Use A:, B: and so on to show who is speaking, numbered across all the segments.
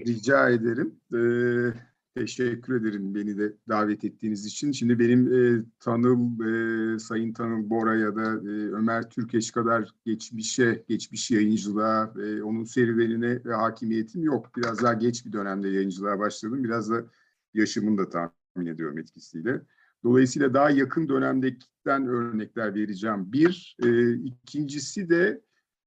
A: Rica ederim. Teşekkür ederim beni de davet ettiğiniz için. Şimdi benim Sayın Tanıl Bora ya da Ömer Türkeş kadar geçmiş yayıncılığa, onun serüvenine ve hakimiyetim yok. Biraz daha geç bir dönemde yayıncılığa başladım. Biraz da yaşımın da tahmin ediyorum etkisiyle. Dolayısıyla daha yakın dönemdekinden örnekler vereceğim. İkincisi de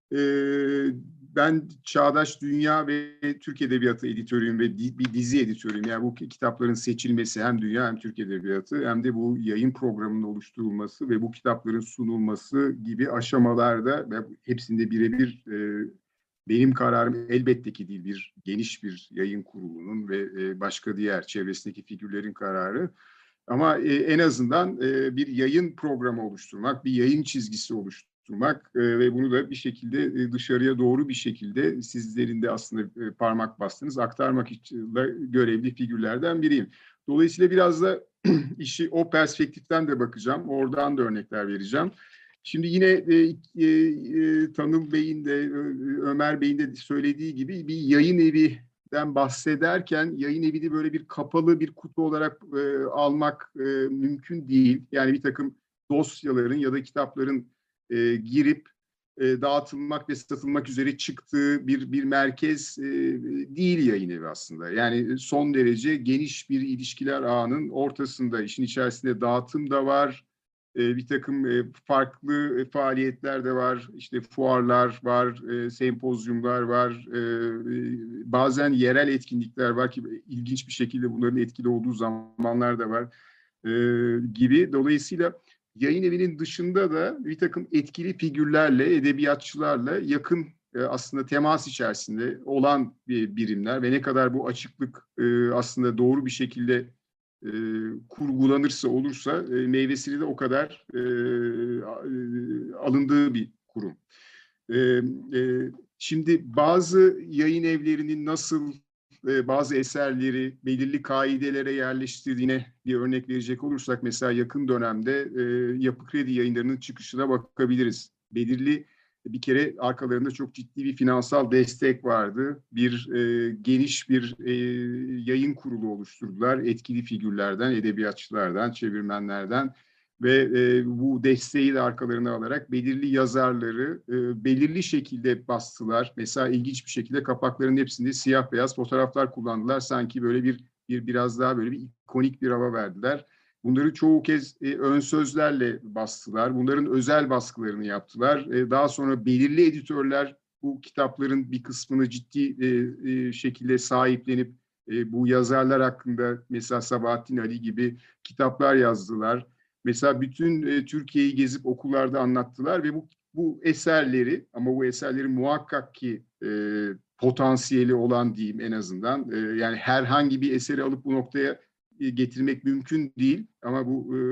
A: ben Çağdaş Dünya ve Türk Edebiyatı editörüyüm ve bir dizi editörüyüm. Yani bu kitapların seçilmesi hem dünya hem Türk Edebiyatı hem de bu yayın programının oluşturulması ve bu kitapların sunulması gibi aşamalarda ve hepsinde birebir benim kararım elbette ki değil, bir geniş bir yayın kurulunun ve başka diğer çevresindeki figürlerin kararı. Ama en azından bir yayın programı oluşturmak, bir yayın çizgisi oluşturmak ve bunu da bir şekilde dışarıya doğru bir şekilde sizlerin de aslında parmak bastınız, aktarmak için görevli figürlerden biriyim. Dolayısıyla biraz da işi o perspektiften de bakacağım, oradan da örnekler vereceğim. Şimdi yine Tanıl Bey'in de Ömer Bey'in de söylediği gibi bir yayın evinden bahsederken yayın evini böyle bir kapalı bir kutu olarak almak mümkün değil. Yani bir takım dosyaların ya da kitapların girip dağıtılmak ve satılmak üzere çıktığı bir merkez değil yayın evi aslında. Yani son derece geniş bir ilişkiler ağının ortasında, işin içerisinde dağıtım da var. Bir takım farklı faaliyetler de var. İşte fuarlar var, sempozyumlar var, bazen yerel etkinlikler var ki ilginç bir şekilde bunların etkili olduğu zamanlar da var gibi. Dolayısıyla yayın evinin dışında da bir takım etkili figürlerle, edebiyatçılarla yakın aslında temas içerisinde olan birimler ve ne kadar bu açıklık aslında doğru bir şekilde kurgulanırsa olursa meyvesini de o kadar alındığı bir kurum. Şimdi bazı yayın evlerinin nasıl bazı eserleri belirli kaidelere yerleştirdiğine bir örnek verecek olursak mesela yakın dönemde Yapı Kredi yayınlarının çıkışına bakabiliriz. Belirli bir kere arkalarında çok ciddi bir finansal destek vardı. Geniş bir yayın kurulu oluşturdular. Etkili figürlerden, edebiyatçılardan, çevirmenlerden ve bu desteği de arkalarına alarak belirli yazarları belirli şekilde bastılar. Mesela ilginç bir şekilde kapakların hepsinde siyah beyaz fotoğraflar kullandılar. Sanki böyle biraz daha böyle bir ikonik bir hava verdiler. Bunları çoğu kez ön sözlerle bastılar. Bunların özel baskılarını yaptılar. Daha sonra belirli editörler bu kitapların bir kısmını ciddi şekilde sahiplenip bu yazarlar hakkında mesela Sabahattin Ali gibi kitaplar yazdılar. Mesela bütün Türkiye'yi gezip okullarda anlattılar ve bu eserleri ama bu eserlerin muhakkak ki potansiyeli olan diyeyim en azından yani herhangi bir eseri alıp bu noktaya getirmek mümkün değil ama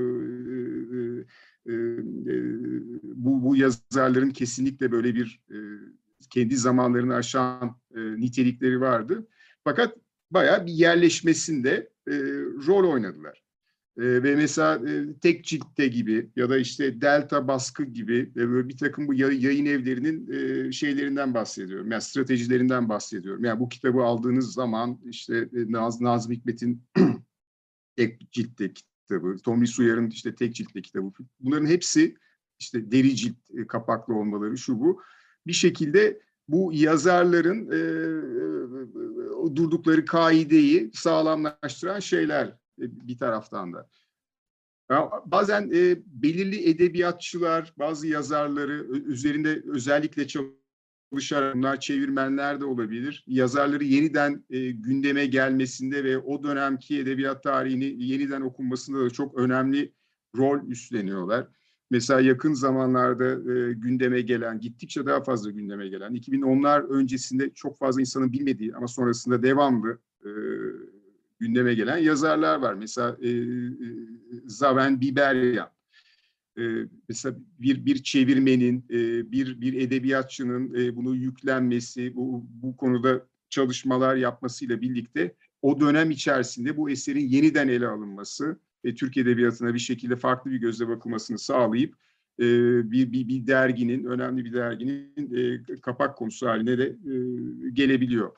A: bu yazarların kesinlikle böyle bir kendi zamanlarını aşan nitelikleri vardı. Fakat bayağı bir yerleşmesinde rol oynadılar. Ve mesela tek ciltte gibi ya da işte Delta Baskı gibi böyle bir takım bu yayın evlerinin şeylerinden bahsediyorum. Yani stratejilerinden bahsediyorum. Yani bu kitabı aldığınız zaman işte Nazım Hikmet'in tek ciltte kitabı, Tomris Uyar'ın işte tek ciltte kitabı. Bunların hepsi işte deri cilt kapaklı olmaları şu bu. Bir şekilde bu yazarların durdukları kaideyi sağlamlaştıran şeyler bir taraftan da. Bazen belirli edebiyatçılar, bazı yazarları üzerinde özellikle çalışan, bunlar çevirmenler de olabilir. Yazarları yeniden gündeme gelmesinde ve o dönemki edebiyat tarihini yeniden okunmasında da çok önemli rol üstleniyorlar. Mesela yakın zamanlarda gündeme gelen, gittikçe daha fazla gündeme gelen, 2010'lar öncesinde çok fazla insanın bilmediği ama sonrasında devamlı gündeme gelen yazarlar var. Mesela Zaven Biberyan. Mesela bir çevirmenin, bir edebiyatçının bunu yüklenmesi, bu konuda çalışmalar yapmasıyla birlikte o dönem içerisinde bu eserin yeniden ele alınması ve Türk Edebiyatı'na bir şekilde farklı bir gözle bakılmasını sağlayıp bir derginin, önemli bir derginin kapak konusu haline de gelebiliyor.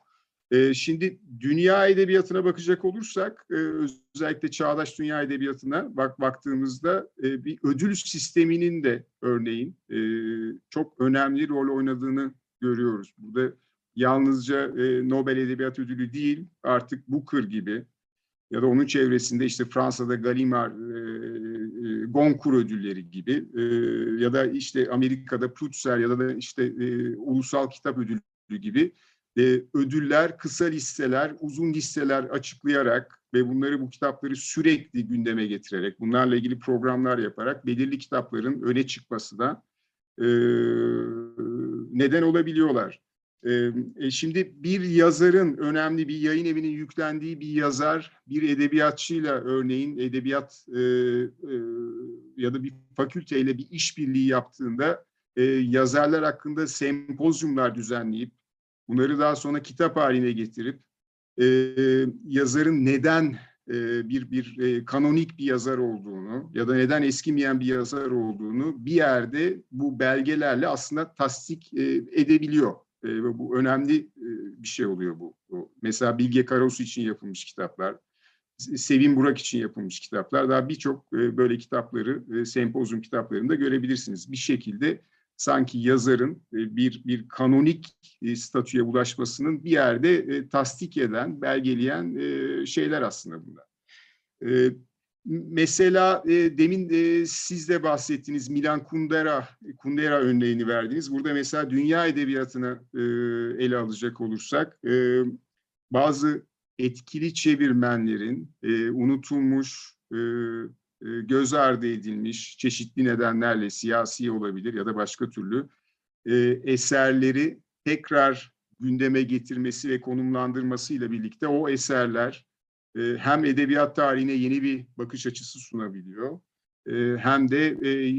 A: Şimdi dünya edebiyatına bakacak olursak, özellikle çağdaş dünya edebiyatına baktığımızda bir ödül sisteminin de örneğin çok önemli rol oynadığını görüyoruz. Burada yalnızca Nobel Edebiyat Ödülü değil, artık Booker gibi ya da onun çevresinde işte Fransa'da Gallimard, Goncourt ödülleri gibi ya da işte Amerika'da Pulitzer ya da işte Ulusal Kitap Ödülü gibi ödüller, kısa listeler, uzun listeler açıklayarak ve bu kitapları sürekli gündeme getirerek, bunlarla ilgili programlar yaparak belirli kitapların öne çıkması da neden olabiliyorlar. Şimdi bir yazarın, önemli bir yayın evinin yüklendiği bir yazar, bir edebiyatçıyla örneğin edebiyat ya da bir fakülteyle bir işbirliği yaptığında yazarlar hakkında sempozyumlar düzenleyip bunları daha sonra kitap haline getirip yazarın neden kanonik bir yazar olduğunu ya da neden eskimeyen bir yazar olduğunu bir yerde bu belgelerle aslında tasdik edebiliyor. Bu önemli bir şey oluyor bu. Mesela Bilge Karasu için yapılmış kitaplar, Sevin Burak için yapılmış kitaplar, daha birçok böyle kitapları sempozyum kitaplarında görebilirsiniz. Bir şekilde sanki yazarın bir kanonik statüye ulaşmasının bir yerde tasdik eden, belgeleyen şeyler aslında bunlar. Mesela demin siz de bahsettiğiniz Milan Kundera örneğini verdiniz. Burada mesela dünya edebiyatını ele alacak olursak bazı etkili çevirmenlerin unutulmuş, göz ardı edilmiş çeşitli nedenlerle siyasi olabilir ya da başka türlü eserleri tekrar gündeme getirmesi ve konumlandırmasıyla birlikte o eserler hem edebiyat tarihine yeni bir bakış açısı sunabiliyor, hem de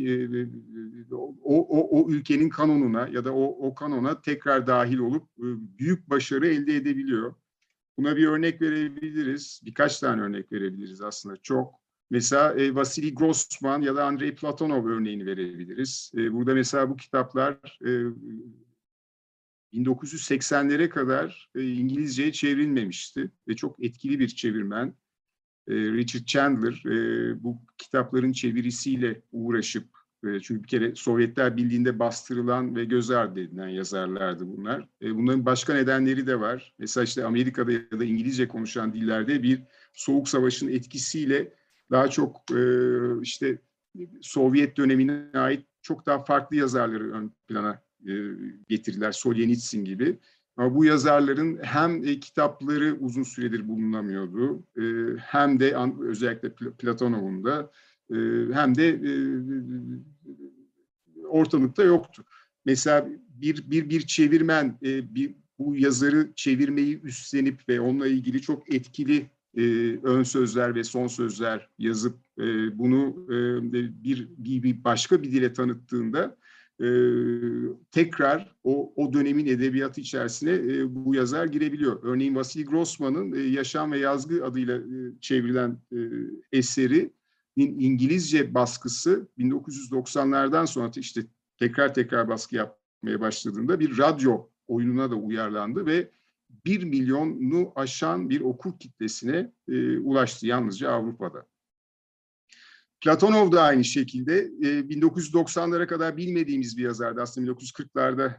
A: o ülkenin kanonuna ya da o kanona tekrar dahil olup büyük başarı elde edebiliyor. Buna bir örnek verebiliriz. Birkaç tane örnek verebiliriz aslında çok. Mesela Vasily Grossman ya da Andrei Platonov örneğini verebiliriz. Burada mesela bu kitaplar 1980'lere kadar İngilizceye çevrilmemişti ve çok etkili bir çevirmen Richard Chandler bu kitapların çevirisiyle uğraşıp çünkü bir kere Sovyetler Birliği'nde bastırılan ve göz ardı edilen yazarlardı bunlar. Bunların başka nedenleri de var. Mesela işte Amerika'da ya da İngilizce konuşan dillerde bir Soğuk Savaş'ın etkisiyle daha çok işte Sovyet dönemine ait çok daha farklı yazarları ön plana getirdiler. Solzhenitsyn gibi. Ama bu yazarların hem kitapları uzun süredir bulunamıyordu, hem de özellikle Platonov'un da hem de ortalıkta yoktu. Mesela bir çevirmen bu yazarı çevirmeyi üstlenip ve onunla ilgili çok etkili ön sözler ve son sözler yazıp bunu bir başka bir dile tanıttığında tekrar o dönemin edebiyatı içerisine bu yazar girebiliyor. Örneğin Vasily Grossman'ın Yaşam ve Yazgı adıyla çevrilen eseri İngilizce baskısı 1990'lardan sonra işte tekrar baskı yapmaya başladığında bir radyo oyununa da uyarlandı ve 1 milyonu aşan bir okur kitlesine ulaştı yalnızca Avrupa'da. Platonov da aynı şekilde 1990'lara kadar bilmediğimiz bir yazardı. Aslında 1940'larda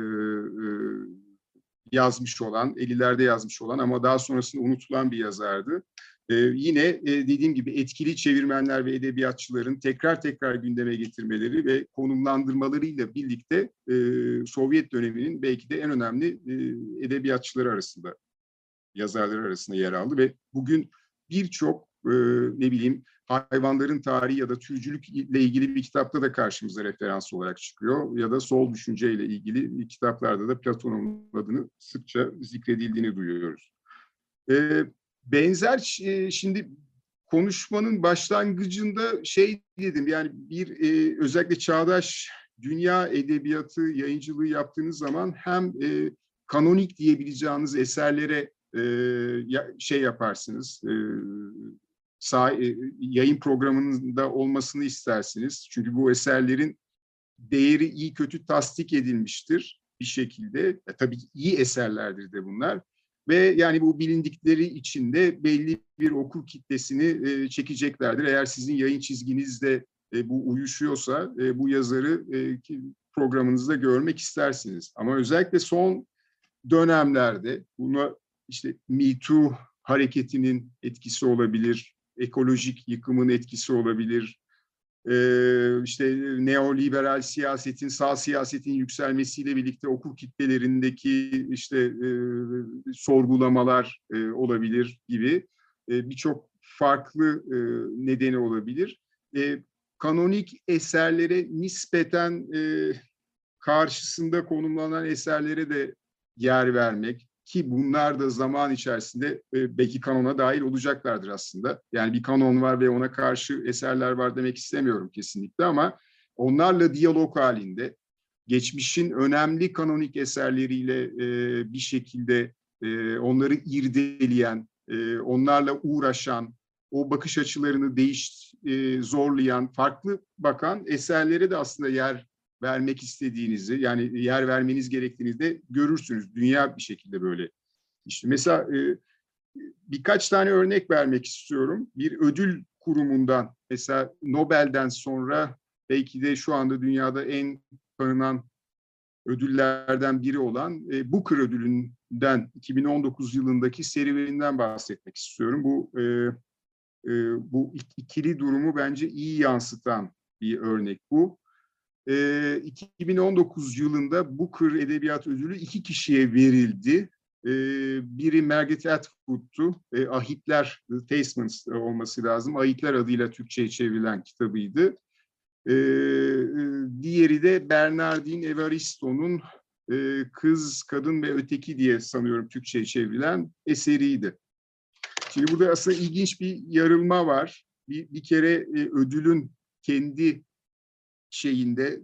A: yazmış olan, 50'lerde yazmış olan ama daha sonrasında unutulan bir yazardı. Yine dediğim gibi etkili çevirmenler ve edebiyatçıların tekrar gündeme getirmeleri ve konumlandırmalarıyla birlikte Sovyet döneminin belki de en önemli edebiyatçıları arasında, yazarları arasında yer aldı ve bugün birçok hayvanların tarihi ya da türcülükle ilgili bir kitapta da karşımıza referans olarak çıkıyor ya da sol düşünceyle ilgili kitaplarda da Platon'un adını sıkça zikredildiğini duyuyoruz. Benzer şimdi konuşmanın başlangıcında dedim yani özellikle çağdaş dünya edebiyatı yayıncılığı yaptığınız zaman hem kanonik diyebileceğiniz eserlere yaparsınız, yayın programında olmasını istersiniz. Çünkü bu eserlerin değeri iyi kötü tasdik edilmiştir bir şekilde. Tabii iyi eserlerdir de bunlar. Ve yani bu bilindikleri için de belli bir okur kitlesini çekeceklerdir. Eğer sizin yayın çizginizde bu uyuşuyorsa bu yazarı programınızda görmek istersiniz. Ama özellikle son dönemlerde buna işte Me Too hareketinin etkisi olabilir, ekolojik yıkımın etkisi olabilir, işte neoliberal siyasetin, sağ siyasetin yükselmesiyle birlikte okur kitlelerindeki işte sorgulamalar olabilir gibi birçok farklı nedeni olabilir. Kanonik eserlere nispeten karşısında konumlanan eserlere de yer vermek ki bunlar da zaman içerisinde belki kanona dahil olacaklardır aslında. Yani bir kanon var ve ona karşı eserler var demek istemiyorum kesinlikle ama onlarla diyalog halinde geçmişin önemli kanonik eserleriyle bir şekilde onları irdeleyen, onlarla uğraşan, o bakış açılarını zorlayan, farklı bakan eserlere de aslında yer vermek istediğinizi, yani yer vermeniz gerektiğini de görürsünüz. Dünya bir şekilde böyle. İşte mesela birkaç tane örnek vermek istiyorum. Bir ödül kurumundan, mesela Nobel'den sonra belki de şu anda dünyada en tanınan ödüllerden biri olan Booker ödülünden 2019 yılındaki serüveninden bahsetmek istiyorum. Bu ikili durumu bence iyi yansıtan bir örnek bu. 2019 yılında Booker Edebiyat Ödülü 2 kişiye verildi. Biri Margaret Atwood'tu. Ahitler, The Tastements olması lazım. Ahitler adıyla Türkçe'ye çevrilen kitabıydı. Diğeri de Bernardine Evaristo'nun Kız, Kadın ve Öteki diye sanıyorum Türkçe'ye çevrilen eseriydi. Şimdi burada aslında ilginç bir yarılma var. Bir kere ödülün kendi şeyinde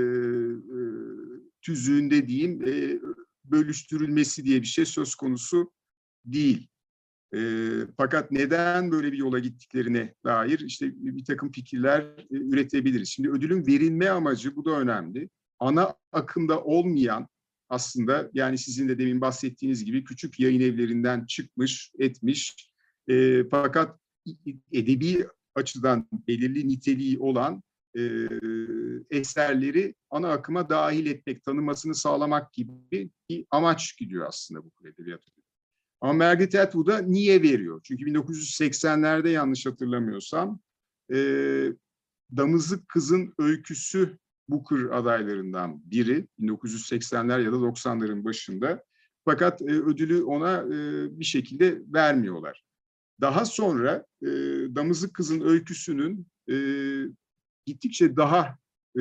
A: tüzüğünde diyeyim bölüştürülmesi diye bir şey söz konusu değil. Fakat neden böyle bir yola gittiklerine dair işte bir takım fikirler üretebiliriz. Şimdi ödülün verilme amacı, bu da önemli. Ana akımda olmayan, aslında yani sizin de demin bahsettiğiniz gibi küçük yayın evlerinden çıkmış, etmiş. Fakat edebi açıdan belirli niteliği olan eserleri ana akıma dahil etmek, tanınmasını sağlamak gibi bir amaç gidiyor aslında bu edebiyat. Ama Margaret Atwood'a niye veriyor? Çünkü 1980'lerde yanlış hatırlamıyorsam Damızlık Kız'ın Öyküsü Booker adaylarından biri. 1980'ler ya da 90'ların başında. Fakat ödülü ona bir şekilde vermiyorlar. Daha sonra Damızlık Kız'ın Öyküsü'nün gittikçe daha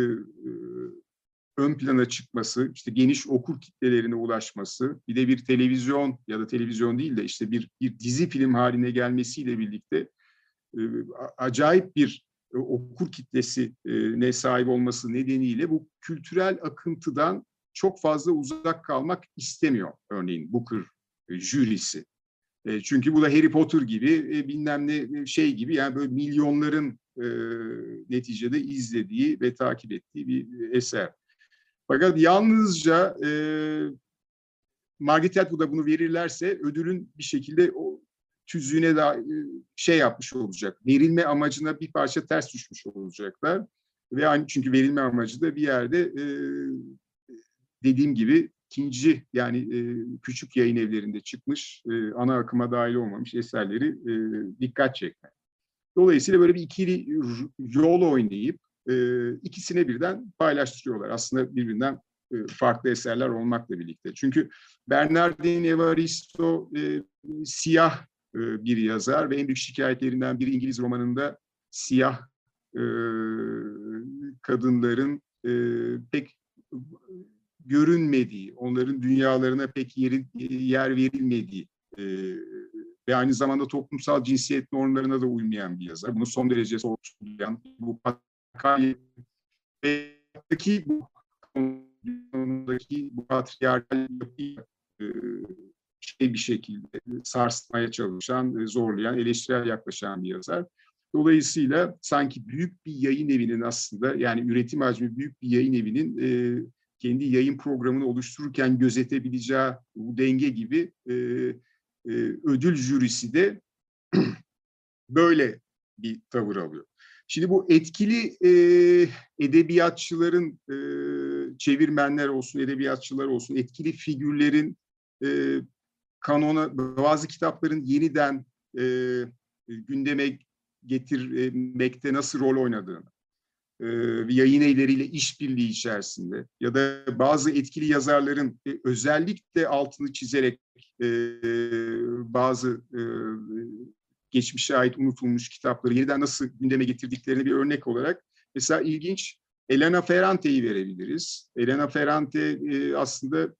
A: ön plana çıkması, işte geniş okur kitlelerine ulaşması, bir de bir televizyon ya da televizyon değil de işte bir dizi film haline gelmesiyle birlikte acayip bir okur kitlesine sahip olması nedeniyle bu kültürel akıntıdan çok fazla uzak kalmak istemiyor örneğin Booker jürisi. Çünkü bu da Harry Potter gibi bilmem ne şey gibi, yani böyle milyonların neticede izlediği ve takip ettiği bir eser. Fakat yalnızca Margaret Atwood'a bunu verirlerse ödülün bir şekilde o tüzüğüne de şey yapmış olacak. Verilme amacına bir parça ters düşmüş olacaklar. Ve çünkü verilme amacı da bir yerde dediğim gibi ikinci, yani küçük yayın evlerinde çıkmış, ana akıma dahil olmamış eserleri dikkat çekmek. Dolayısıyla böyle bir ikili yol oynayıp ikisine birden paylaştırıyorlar. Aslında birbirinden farklı eserler olmakla birlikte. Çünkü Bernardine Evaristo siyah bir yazar ve en büyük şikayetlerinden biri İngiliz romanında siyah kadınların pek görünmediği, onların dünyalarına pek yer verilmediği ve aynı zamanda toplumsal cinsiyet normlarına da uymayan bir yazar. Bunu son derece sorgulayan, bu bu patriarkal yapıyı bir şekilde sarsmaya çalışan, zorlayan, eleştirel yaklaşan bir yazar. Dolayısıyla sanki büyük bir yayın evinin, aslında yani üretim hacmi büyük bir yayın evinin kendi yayın programını oluştururken gözetebileceği bu denge gibi ödül jürisi de böyle bir tavır alıyor. Şimdi bu etkili edebiyatçıların, çevirmenler olsun, edebiyatçılar olsun, etkili figürlerin kanona, bazı kitapların yeniden gündeme getirmekte nasıl rol oynadığını, yayın evleriyle işbirliği içerisinde ya da bazı etkili yazarların özellikle altını çizerek bazı geçmişe ait unutulmuş kitapları yeniden nasıl gündeme getirdiklerini bir örnek olarak mesela ilginç Elena Ferrante'yi verebiliriz. Elena Ferrante aslında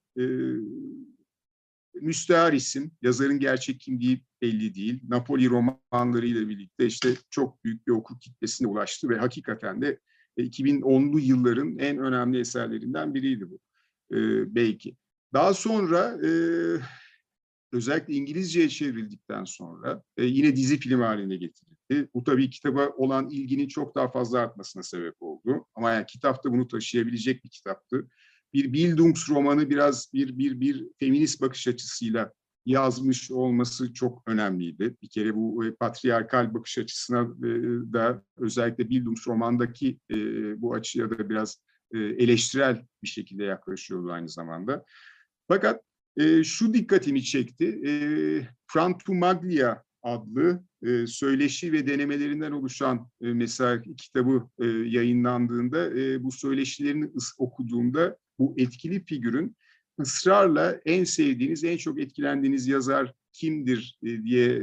A: müstehar isim. Yazarın gerçek kimliği belli değil. Napoli romanlarıyla birlikte işte çok büyük bir okur kitlesine ulaştı ve hakikaten de 2010'lu yılların en önemli eserlerinden biriydi bu. Belki. Daha sonra özellikle İngilizceye çevrildikten sonra yine dizi film haline getirildi. Bu tabii kitaba olan ilginin çok daha fazla artmasına sebep oldu. Ama yani kitap da bunu taşıyabilecek bir kitaptı. Bir Bildungsromanı biraz bir feminist bakış açısıyla yazmış olması çok önemliydi. Bir kere bu patriarkal bakış açısına da özellikle Bildungsroman'daki bu açıya da biraz eleştirel bir şekilde yaklaşıyordu aynı zamanda. Fakat şu dikkatimi çekti. Frantumaglia adlı söyleşi ve denemelerinden oluşan mesela kitabı yayınlandığında bu söyleşilerini okuduğumda bu etkili figürün ısrarla en sevdiğiniz, en çok etkilendiğiniz yazar kimdir diye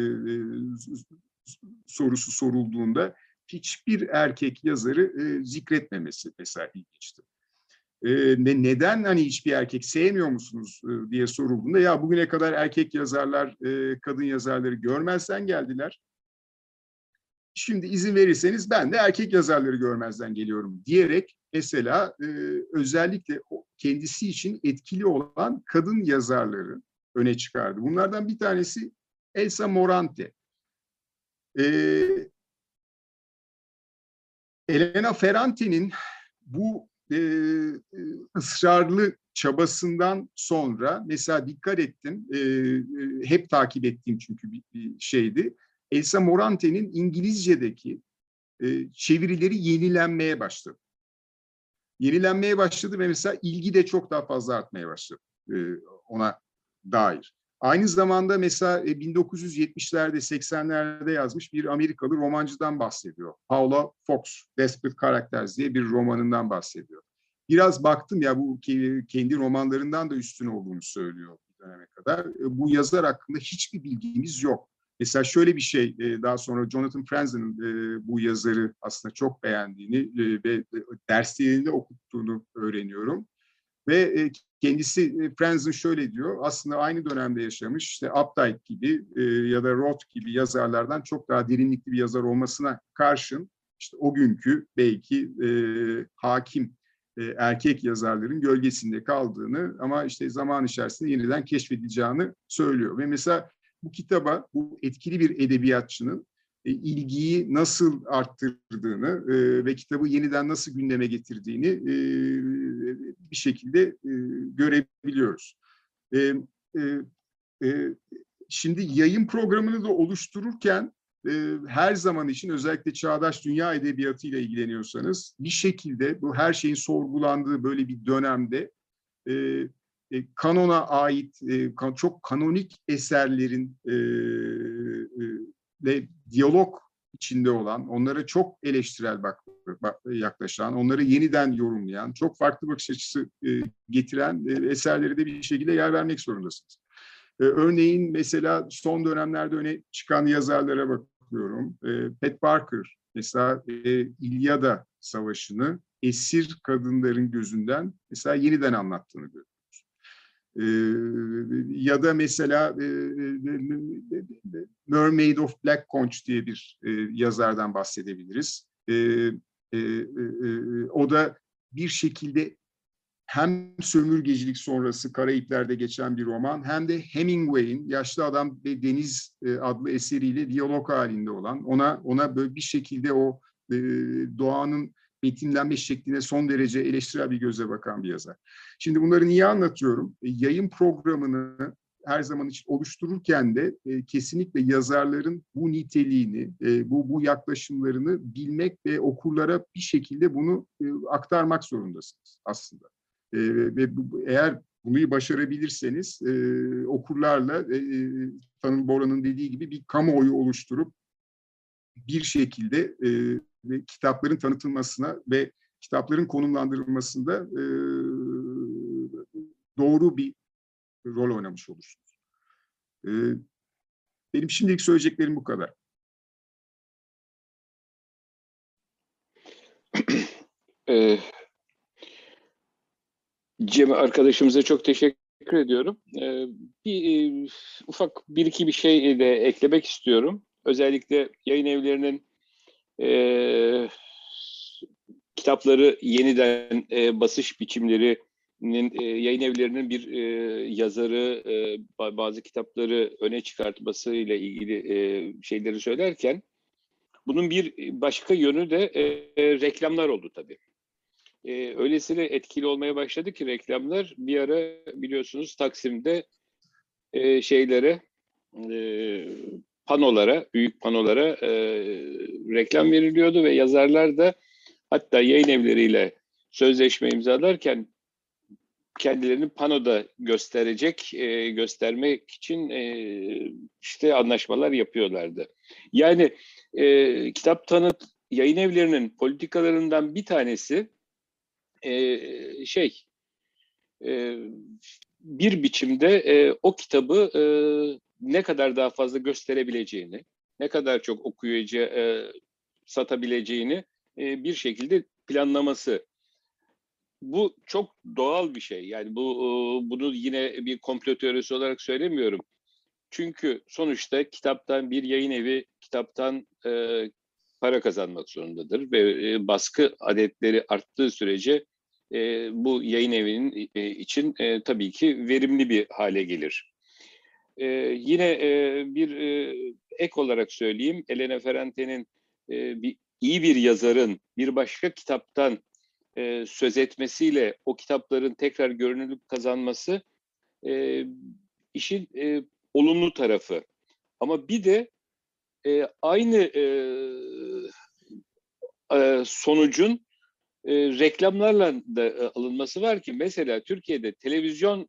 A: sorusu sorulduğunda hiçbir erkek yazarı zikretmemesi mesela ilginçti. Neden hani hiçbir erkek sevmiyor musunuz diye sorulduğunda ya bugüne kadar erkek yazarlar, kadın yazarları görmezden geldiler. Şimdi izin verirseniz ben de erkek yazarları görmezden geliyorum diyerek mesela özellikle kendisi için etkili olan kadın yazarları öne çıkardı. Bunlardan bir tanesi Elsa Morante. Elena Ferrante'nin bu ısrarlı çabasından sonra mesela dikkat ettim, hep takip ettiğim çünkü bir şeydi. Elsa Morante'nin İngilizce'deki çevirileri yenilenmeye başladı. Yenilenmeye başladı ve mesela ilgi de çok daha fazla artmaya başladı ona dair. Aynı zamanda mesela 1970'lerde, 80'lerde yazmış bir Amerikalı romancıdan bahsediyor. Paula Fox, Desperate Characters diye bir romanından bahsediyor. Biraz baktım ya bu kendi romanlarından da üstün olduğunu söylüyor bir döneme kadar. Bu yazar hakkında hiçbir bilgimiz yok. Mesela şöyle bir şey, daha sonra Jonathan Franzen'ın bu yazarı aslında çok beğendiğini ve derslerinde okuttuğunu öğreniyorum. Ve kendisi Franzen şöyle diyor, aslında aynı dönemde yaşamış işte Updike gibi ya da Roth gibi yazarlardan çok daha derinlikli bir yazar olmasına karşın işte o günkü belki hakim erkek yazarların gölgesinde kaldığını ama işte zaman içerisinde yeniden keşfedileceğini söylüyor. Ve mesela bu kitaba, bu etkili bir edebiyatçının ilgiyi nasıl arttırdığını ve kitabı yeniden nasıl gündeme getirdiğini bir şekilde görebiliyoruz. Şimdi yayın programını da oluştururken her zaman için özellikle çağdaş dünya edebiyatı ile ilgileniyorsanız bir şekilde bu her şeyin sorgulandığı böyle bir dönemde kanona ait çok kanonik eserlerin ve diyalog içinde olan, onlara çok eleştirel yaklaşan, onları yeniden yorumlayan, çok farklı bakış açısı getiren eserleri de bir şekilde yer vermek zorundasınız. Örneğin mesela son dönemlerde öne çıkan yazarlara bakıyorum. Pat Barker mesela İlyada Savaşı'nı esir kadınların gözünden mesela yeniden anlattığını görüyoruz. Ya da mesela Mermaid of Black Conch diye bir yazardan bahsedebiliriz. O da bir şekilde hem sömürgecilik sonrası Karayipler'de geçen bir roman hem de Hemingway'in Yaşlı Adam ve Deniz adlı eseriyle diyalog halinde olan, ona böyle bir şekilde o doğanın betimlenme şekline son derece eleştirel bir gözle bakan bir yazar. Şimdi bunları niye anlatıyorum? Yayın programını her zaman için oluştururken de kesinlikle yazarların bu niteliğini, bu yaklaşımlarını bilmek ve okurlara bir şekilde bunu aktarmak zorundasınız aslında. Ve eğer bunu başarabilirseniz okurlarla Tanıl Bora'nın dediği gibi bir kamuoyu oluşturup bir şekilde kitapların tanıtılmasına ve kitapların konumlandırılmasında doğru bir rol oynamış olursunuz. Benim şimdilik söyleyeceklerim bu kadar.
B: Cem arkadaşımıza çok teşekkür ediyorum. Ufak bir iki bir şey de eklemek istiyorum. Özellikle yayın evlerinin kitapları yeniden basış biçimlerinin yayın evlerinin bir yazarı bazı kitapları öne çıkartması ile ilgili şeyleri söylerken bunun bir başka yönü de reklamlar oldu tabii. Öylesine etkili olmaya başladı ki reklamlar bir ara biliyorsunuz Taksim'de şeylere panolara, büyük panolara reklam veriliyordu ve yazarlar da hatta yayın evleriyle sözleşme imzalarken kendilerini panoda göstermek için işte anlaşmalar yapıyorlardı. Yani kitap tanıt yayın evlerinin politikalarından bir tanesi bir biçimde o kitabı ne kadar daha fazla gösterebileceğini, ne kadar çok okuyucuya satabileceğini bir şekilde planlaması. Bu çok doğal bir şey. Yani bunu yine bir komplo teorisi olarak söylemiyorum. Çünkü sonuçta kitaptan bir yayın evi kitaptan para kazanmak zorundadır ve baskı adetleri arttığı sürece bu yayın evinin için tabii ki verimli bir hale gelir. Yine bir ek olarak söyleyeyim, Elena Ferrante'nin iyi bir yazarın bir başka kitaptan söz etmesiyle o kitapların tekrar görünürlük kazanması işin olumlu tarafı. Ama bir de aynı sonucun reklamlarla da alınması var ki mesela Türkiye'de televizyon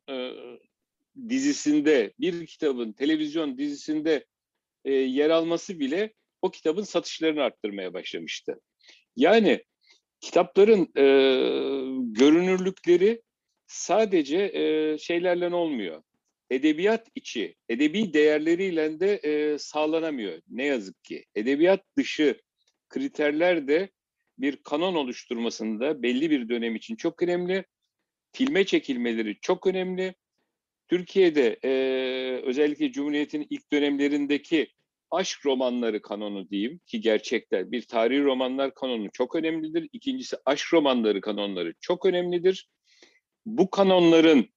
B: dizisinde bir kitabın televizyon dizisinde yer alması bile o kitabın satışlarını arttırmaya başlamıştı. Yani kitapların görünürlükleri sadece şeylerle olmuyor. Edebiyat içi, edebi değerleriyle de sağlanamıyor. Ne yazık ki. Edebiyat dışı kriterler de bir kanon oluşturmasında belli bir dönem için çok önemli. Filme çekilmeleri çok önemli. Türkiye'de özellikle Cumhuriyet'in ilk dönemlerindeki aşk romanları kanonu diyeyim ki gerçekler. Bir tarihi romanlar kanonu çok önemlidir. İkincisi aşk romanları kanonları çok önemlidir. Bu kanonların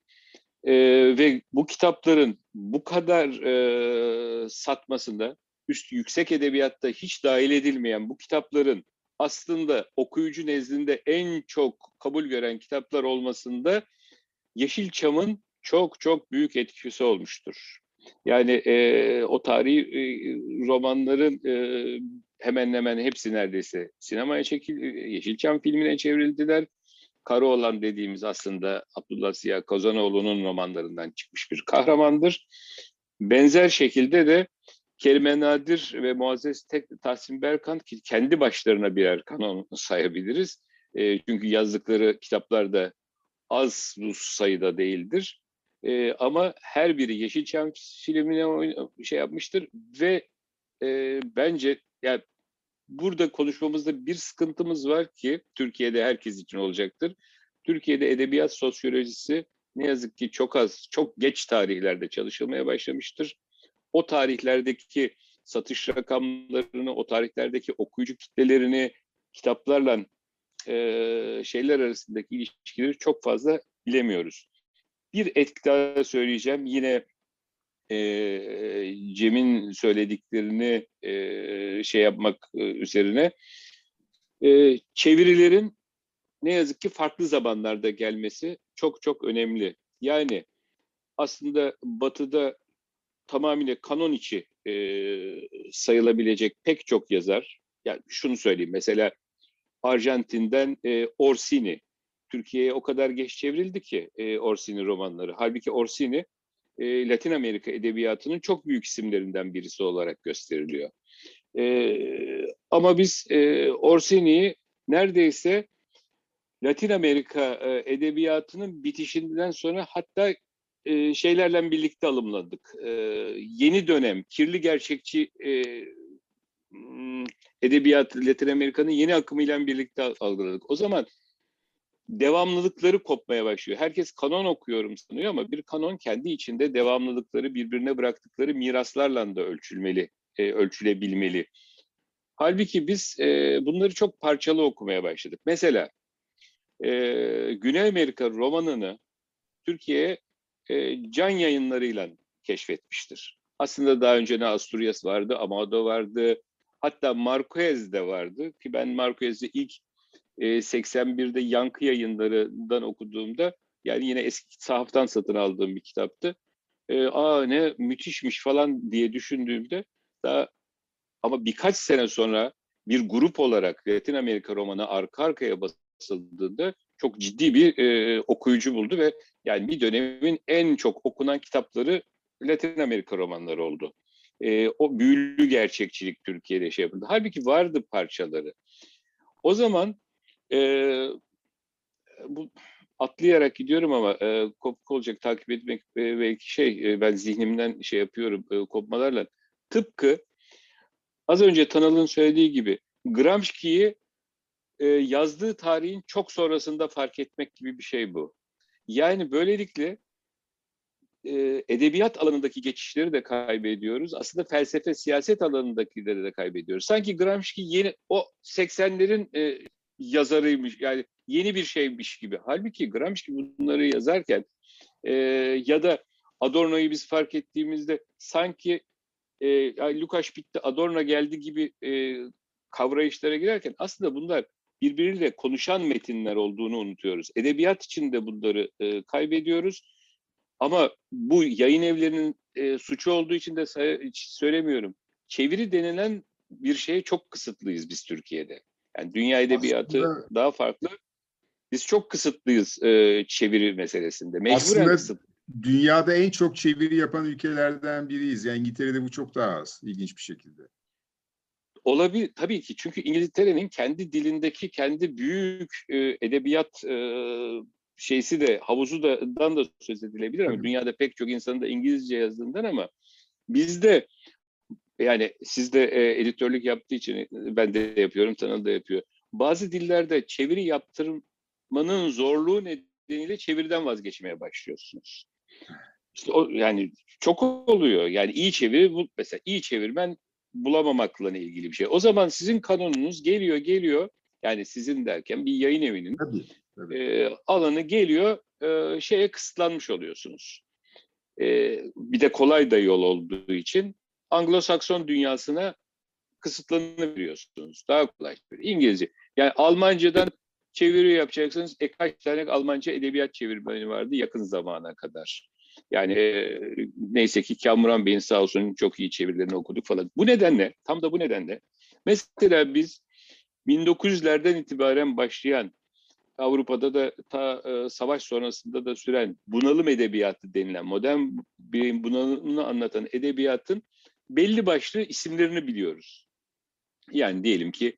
B: ve bu kitapların bu kadar satmasında yüksek edebiyatta hiç dahil edilmeyen bu kitapların aslında okuyucu nezdinde en çok kabul gören kitaplar olmasında Yeşilçam'ın çok çok büyük etkisi olmuştur. Yani o tarihi romanların hemen hemen hepsi neredeyse sinemaya Yeşilçam filmine çevrildiler. Karaoğlan dediğimiz aslında Abdullah Ziya Kozanoğlu'nun romanlarından çıkmış bir kahramandır. Benzer şekilde de Kerime Nadir ve Muazzez Tahsin Berkant ki kendi başlarına birer kanon sayabiliriz. Çünkü yazdıkları kitaplar da az sayıda değildir. Ama her biri Yeşilçam filmine şey yapmıştır ve bence yani burada konuşmamızda bir sıkıntımız var ki Türkiye'de herkes için olacaktır. Türkiye'de edebiyat sosyolojisi ne yazık ki çok az, çok geç tarihlerde çalışılmaya başlamıştır. O tarihlerdeki satış rakamlarını, o tarihlerdeki okuyucu kitlelerini kitaplarla şeyler arasındaki ilişkileri çok fazla bilemiyoruz. Bir etki daha söyleyeceğim. Yine Cem'in söylediklerini şey yapmak üzerine. Çevirilerin ne yazık ki farklı zamanlarda gelmesi çok çok önemli. Yani aslında Batı'da tamamıyla kanon içi sayılabilecek pek çok yazar. Yani şunu söyleyeyim, mesela Arjantin'den Orsini. Türkiye'ye o kadar geç çevrildi ki Orsini romanları. Halbuki Orsini Latin Amerika edebiyatının çok büyük isimlerinden birisi olarak gösteriliyor. Ama biz Orsini'yi neredeyse Latin Amerika edebiyatının bitişinden sonra, hatta şeylerle birlikte alımladık. Yeni dönem, kirli gerçekçi edebiyat, Latin Amerika'nın yeni akımıyla birlikte algıladık. O zaman devamlılıkları kopmaya başlıyor. Herkes kanon okuyorum sanıyor ama bir kanon kendi içinde devamlılıkları, birbirine bıraktıkları miraslarla da ölçülebilmeli. Halbuki biz bunları çok parçalı okumaya başladık. Mesela Güney Amerika romanını Türkiye Can Yayınları'yla keşfetmiştir. Aslında daha önce ne Asturias vardı, Amado vardı, hatta Marquez de vardı ki ben Marquez'i ilk 81'de Yankı Yayınları'ndan okuduğumda, yani yine eski sahaftan satın aldığım bir kitaptı. Ne müthişmiş falan diye düşündüğümde, daha ama birkaç sene sonra bir grup olarak Latin Amerika romanı arka arkaya basıldığında çok ciddi bir okuyucu buldu ve yani bir dönemin en çok okunan kitapları Latin Amerika romanları oldu. O büyülü gerçekçilik Türkiye'de şey yapıldı. Halbuki vardı parçaları. O zaman e, bu atlayarak gidiyorum ama kopuk olacak, takip etmek belki ben zihnimden şey yapıyorum kopmalarla. Tıpkı az önce Tanal'ın söylediği gibi Gramsci'yi yazdığı tarihin çok sonrasında fark etmek gibi bir şey bu. Yani böylelikle edebiyat alanındaki geçişleri de kaybediyoruz. Aslında felsefe, siyaset alanındakileri de kaybediyoruz. Sanki Gramsci yeni o 80'lerin yazarıymış, yani yeni bir şeymiş gibi. Halbuki Gramsci bunları yazarken ya da Adorno'yu biz fark ettiğimizde sanki Lukács bitti, Adorno geldi gibi kavrayışlara girerken aslında bunlar birbiriyle konuşan metinler olduğunu unutuyoruz. Edebiyat içinde bunları kaybediyoruz. Ama bu yayın evlerinin suçu olduğu için de hiç söylemiyorum. Çeviri denilen bir şeye çok kısıtlıyız biz Türkiye'de. Yani dünya edebiyatı
A: Aslında
B: daha farklı. Biz çok kısıtlıyız çeviri meselesinde. Mecburen
A: aslında
B: kısıt.
A: dünyada en çok çeviri yapan ülkelerden biriyiz. Yani İngiltere'de bu çok daha az, ilginç bir şekilde.
B: Olabilir tabii ki, çünkü İngiltere'nin kendi dilindeki kendi büyük edebiyat şeysi de havuzu da söz edilebilir ama
A: Tabii.
B: dünyada pek çok insanın da İngilizce yazdığından, ama bizde, yani siz de editörlük yaptığı için ben de yapıyorum, Tanıl da yapıyor. Bazı dillerde çeviri yaptırmanın zorluğu nedeniyle çeviriden vazgeçmeye başlıyorsunuz. İşte o, yani çok oluyor. Yani iyi çeviri, mesela iyi çevirmen bulamamakla ilgili bir şey. O zaman sizin kanonunuz geliyor. Yani sizin derken bir yayın evinin
A: Tabii, tabii.
B: alanı geliyor, şeye kısıtlanmış oluyorsunuz. Bir de kolay da yol olduğu için Anglo-Sakson dünyasına kısıtlanabiliyorsunuz. Daha kolay. İngilizce. Yani Almancadan çeviri yapacaksınız. Kaç tane Almanca edebiyat çevirmeni vardı yakın zamana kadar. Yani neyse ki Kamuran Bey'in sağ olsun çok iyi çevirilerini okuduk falan. Bu nedenle, tam da bu nedenle mesela biz 1900'lerden itibaren başlayan, Avrupa'da da ta savaş sonrasında da süren bunalım edebiyatı denilen, modern bireyin bunalımını anlatan edebiyatın belli başlı isimlerini biliyoruz. Yani diyelim ki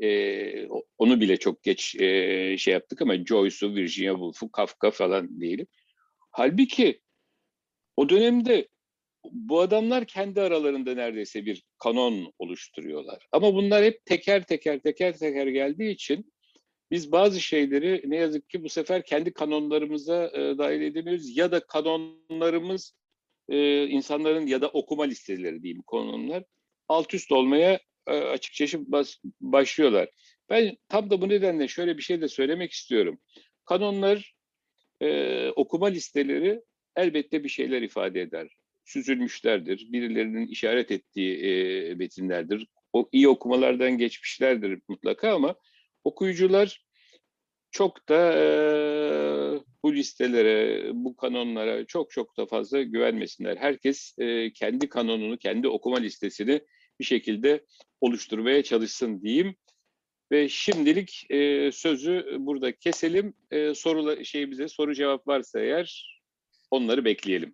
B: onu bile çok geç şey yaptık ama Joyce'u, Virginia Woolf'u, Kafka falan diyelim. Halbuki o dönemde bu adamlar kendi aralarında neredeyse bir kanon oluşturuyorlar. Ama bunlar hep teker teker geldiği için biz bazı şeyleri ne yazık ki bu sefer kendi kanonlarımıza dahil edemiyoruz. Ya da kanonlarımız insanların, ya da okuma listeleri diyeyim, kanonlar alt üst olmaya açıkçası başlıyorlar. Ben tam da bu nedenle şöyle bir şey de söylemek istiyorum. Kanonlar, okuma listeleri elbette bir şeyler ifade eder. Süzülmüşlerdir, birilerinin işaret ettiği metinlerdir. O iyi okumalardan geçmişlerdir mutlaka ama okuyucular çok da bu listelere, bu kanonlara çok çok da fazla güvenmesinler. Herkes kendi kanonunu, kendi okuma listesini bir şekilde oluşturmaya çalışsın diyeyim. Ve şimdilik sözü burada keselim. Bize soru cevap varsa eğer onları bekleyelim.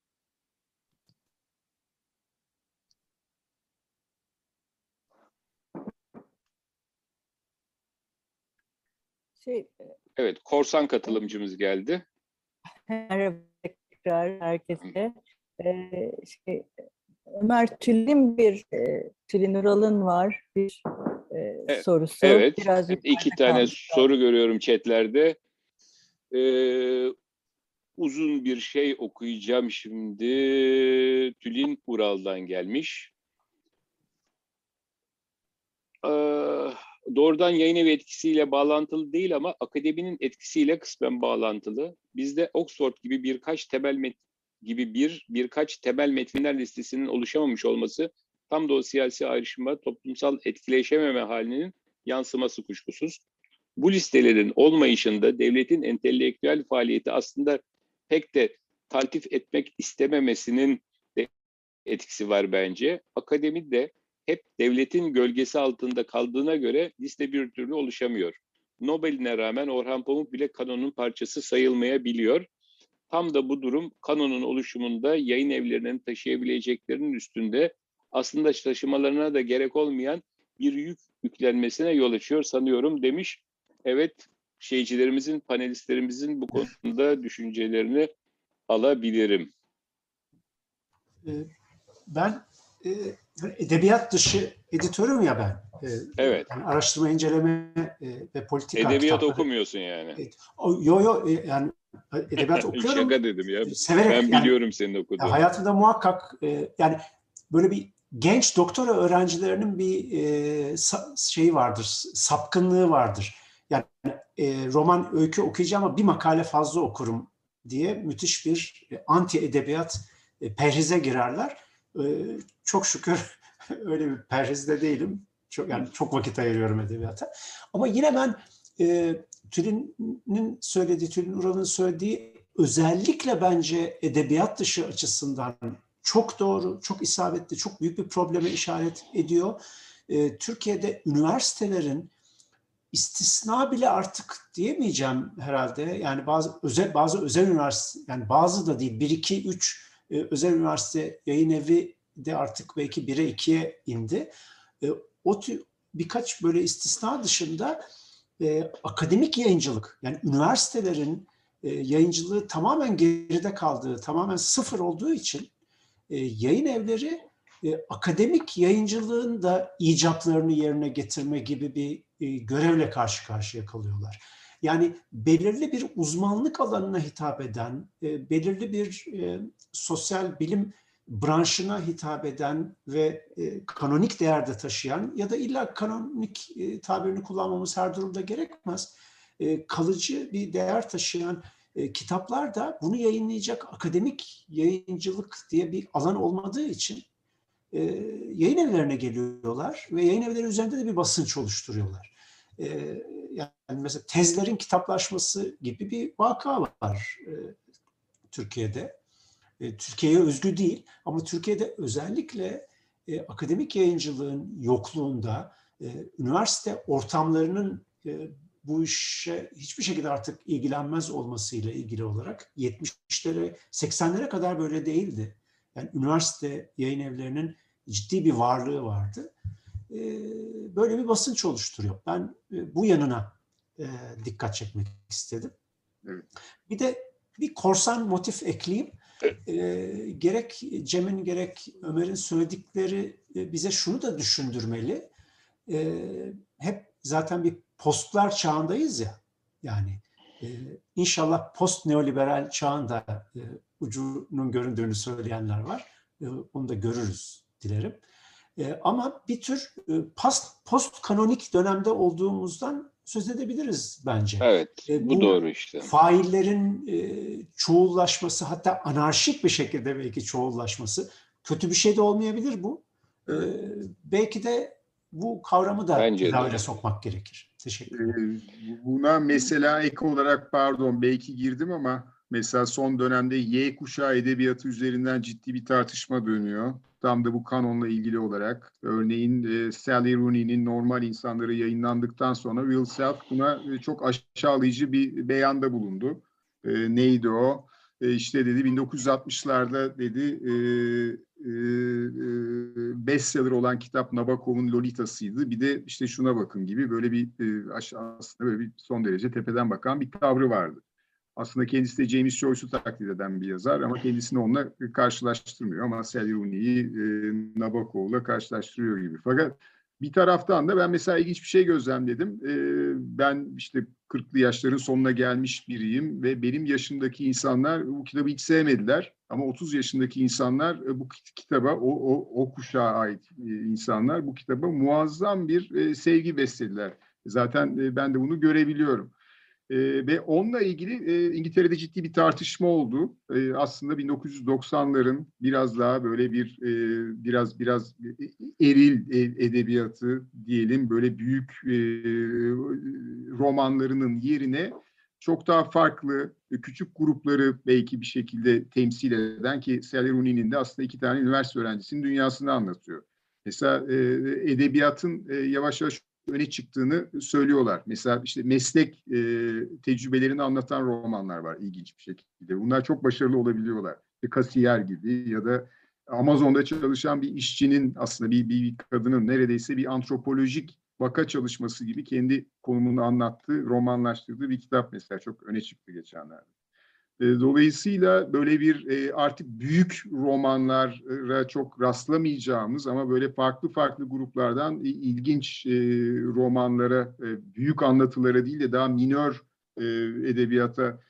B: Evet, korsan katılımcımız geldi.
C: Merhaba tekrar herkese. Ömer Tülin Ural'ın var bir sorusu.
B: Evet,
C: biraz
B: iki tane soru görüyorum chatlerde. Uzun bir şey okuyacağım şimdi. Tülin Ural'dan gelmiş. Doğrudan yayın evi etkisiyle bağlantılı değil ama akademinin etkisiyle kısmen bağlantılı. Bizde Oxford gibi birkaç temel metinler listesinin oluşamamış olması tam da o siyasi ayrışma, toplumsal etkileşememe halinin yansıması kuşkusuz. Bu listelerin olmayışında devletin entelektüel faaliyeti aslında pek de taltif etmek istememesinin de etkisi var bence. Akademi de hep devletin gölgesi altında kaldığına göre liste bir türlü oluşamıyor. Nobel'ine rağmen Orhan Pamuk bile kanonun parçası sayılmayabiliyor. Tam da bu durum kanonun oluşumunda yayın evlerinin taşıyabileceklerinin üstünde aslında taşımalarına da gerek olmayan bir yük yüklenmesine yol açıyor sanıyorum demiş. Evet, panelistlerimizin bu konuda düşüncelerini alabilirim.
D: Ben edebiyat dışı editörüm ya ben.
B: Evet.
D: Yani araştırma, inceleme ve politika
B: edebiyat
D: kitapları.
B: Okumuyorsun yani.
D: Yo yani edebiyat okuyorum.
B: Şaka dedim ya.
D: Severek.
B: Ben biliyorum senin okuduğunu.
D: Hayatımda muhakkak yani böyle bir genç doktora öğrencilerinin bir şeyi vardır, sapkınlığı vardır. Yani roman, öykü okuyacağım ama bir makale fazla okurum diye müthiş bir anti edebiyat perhize girerler. Çok şükür öyle bir perhizde değilim. Çok vakit ayırıyorum edebiyata. Ama yine ben Tülin Ural'ın söylediği özellikle bence edebiyat dışı açısından çok doğru, çok isabetli, çok büyük bir probleme işaret ediyor. Türkiye'de üniversitelerin istisna bile artık diyemeyeceğim herhalde. Yani bazı özel üniversite, yani bazı da değil, 1, 2, 3 özel üniversite yayın evi de artık belki 1'e 2'ye indi. O tür birkaç böyle istisna dışında akademik yayıncılık, yani üniversitelerin yayıncılığı tamamen geride kaldığı, tamamen sıfır olduğu için yayın evleri akademik yayıncılığın da icatlarını yerine getirme gibi bir görevle karşı karşıya kalıyorlar. Yani belirli bir uzmanlık alanına hitap eden, belirli bir sosyal bilim branşına hitap eden ve kanonik değerde taşıyan ya da illa kanonik tabirini kullanmamız her durumda gerekmez. Kalıcı bir değer taşıyan kitaplar da bunu yayınlayacak akademik yayıncılık diye bir alan olmadığı için yayın evlerine geliyorlar ve yayın evleri üzerinde de bir basınç oluşturuyorlar. Yani mesela tezlerin kitaplaşması gibi bir vaka var Türkiye'de. Türkiye'ye özgü değil ama Türkiye'de özellikle akademik yayıncılığın yokluğunda üniversite ortamlarının bu işe hiçbir şekilde artık ilgilenmez olmasıyla ilgili olarak 70'lere 80'lere kadar böyle değildi. Yani üniversite yayın evlerinin ciddi bir varlığı vardı. Böyle bir basınç oluşturuyor. Ben bu yanına dikkat çekmek istedim. Bir de bir korsan motif ekleyeyim. Gerek Cem'in gerek Ömer'in söyledikleri bize şunu da düşündürmeli. Hep zaten bir postlar çağındayız ya. Yani inşallah post neoliberal çağında ucunun göründüğünü söyleyenler var. Onu da görürüz dilerim. Ama bir tür post kanonik dönemde olduğumuzdan söz edebiliriz bence.
B: Evet, bu doğru işte.
D: Faillerin çoğullaşması, hatta anarşik bir şekilde belki çoğullaşması, kötü bir şey de olmayabilir bu. Belki de bu kavramı da
B: Bence de.
D: tedavüle sokmak gerekir. Teşekkür ederim.
A: Buna mesela ek olarak pardon belki girdim ama mesela son dönemde Y kuşağı edebiyatı üzerinden ciddi bir tartışma dönüyor. Tam da bu kanonla ilgili olarak. Örneğin Sally Rooney'nin Normal İnsanları yayınlandıktan sonra Will Self buna çok aşağılayıcı bir beyanda bulundu. Neydi o? İşte dedi 1960'larda dedi bestseller olan kitap Nabokov'un Lolita'sıydı. Bir de işte şuna bakın gibi böyle bir aslında böyle bir son derece tepeden bakan bir tavrı vardı. Aslında kendisi de James Joyce'u taklit eden bir yazar ama kendisini onunla karşılaştırmıyor. Ama Sally Rooney'i Nabokov'la karşılaştırıyor gibi. Fakat bir taraftan da ben mesela ilginç bir şey gözlemledim. Ben işte 40'lı yaşların sonuna gelmiş biriyim ve benim yaşımdaki insanlar bu kitabı hiç sevmediler. Ama 30 yaşındaki insanlar bu kitaba, o kuşağa ait insanlar bu kitaba muazzam bir sevgi beslediler. Zaten ben de bunu görebiliyorum. Ve onunla ilgili İngiltere'de ciddi bir tartışma oldu. Aslında 1990'ların biraz daha böyle biraz eril edebiyatı diyelim böyle büyük romanlarının yerine çok daha farklı küçük grupları belki bir şekilde temsil eden ki Sally Rooney'nin de aslında 2 tane üniversite öğrencisinin dünyasını anlatıyor. Mesela edebiyatın yavaş yavaş öne çıktığını söylüyorlar. Mesela işte meslek tecrübelerini anlatan romanlar var ilginç bir şekilde. Bunlar çok başarılı olabiliyorlar. Kasiyer gibi ya da Amazon'da çalışan bir işçinin aslında bir kadının neredeyse bir antropolojik vaka çalışması gibi kendi konumunu anlattığı, romanlaştırdığı bir kitap mesela çok öne çıktı geçenlerde. Dolayısıyla böyle bir artık büyük romanlara çok rastlamayacağımız ama böyle farklı farklı gruplardan ilginç romanlara, büyük anlatılara değil de daha minör edebiyata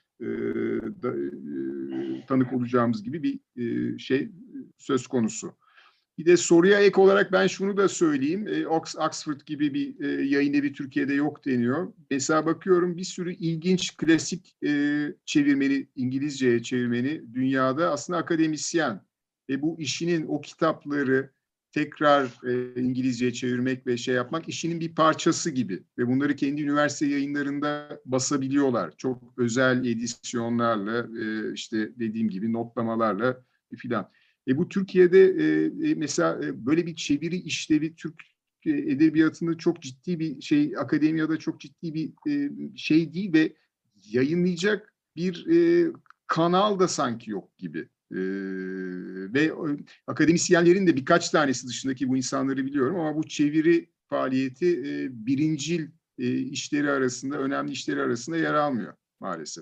A: tanık olacağımız gibi bir şey söz konusu. Bir de soruya ek olarak ben şunu da söyleyeyim. Oxford gibi bir yayın evi Türkiye'de yok deniyor. Mesela bakıyorum bir sürü ilginç klasik çevirmeni, İngilizceye çevirmeni dünyada aslında akademisyen. Ve bu işinin o kitapları tekrar İngilizceye çevirmek ve şey yapmak işinin bir parçası gibi. Ve bunları kendi üniversite yayınlarında basabiliyorlar. Çok özel edisyonlarla, işte dediğim gibi notlamalarla filan. Bu Türkiye'de mesela böyle bir çeviri işlevi Türk edebiyatını çok ciddi bir şey, akademiyada çok ciddi bir şey değil ve yayınlayacak bir kanal da sanki yok gibi. Ve akademisyenlerin de birkaç tanesi dışındaki bu insanları biliyorum ama bu çeviri faaliyeti birincil işleri arasında, önemli işleri arasında yer almıyor maalesef.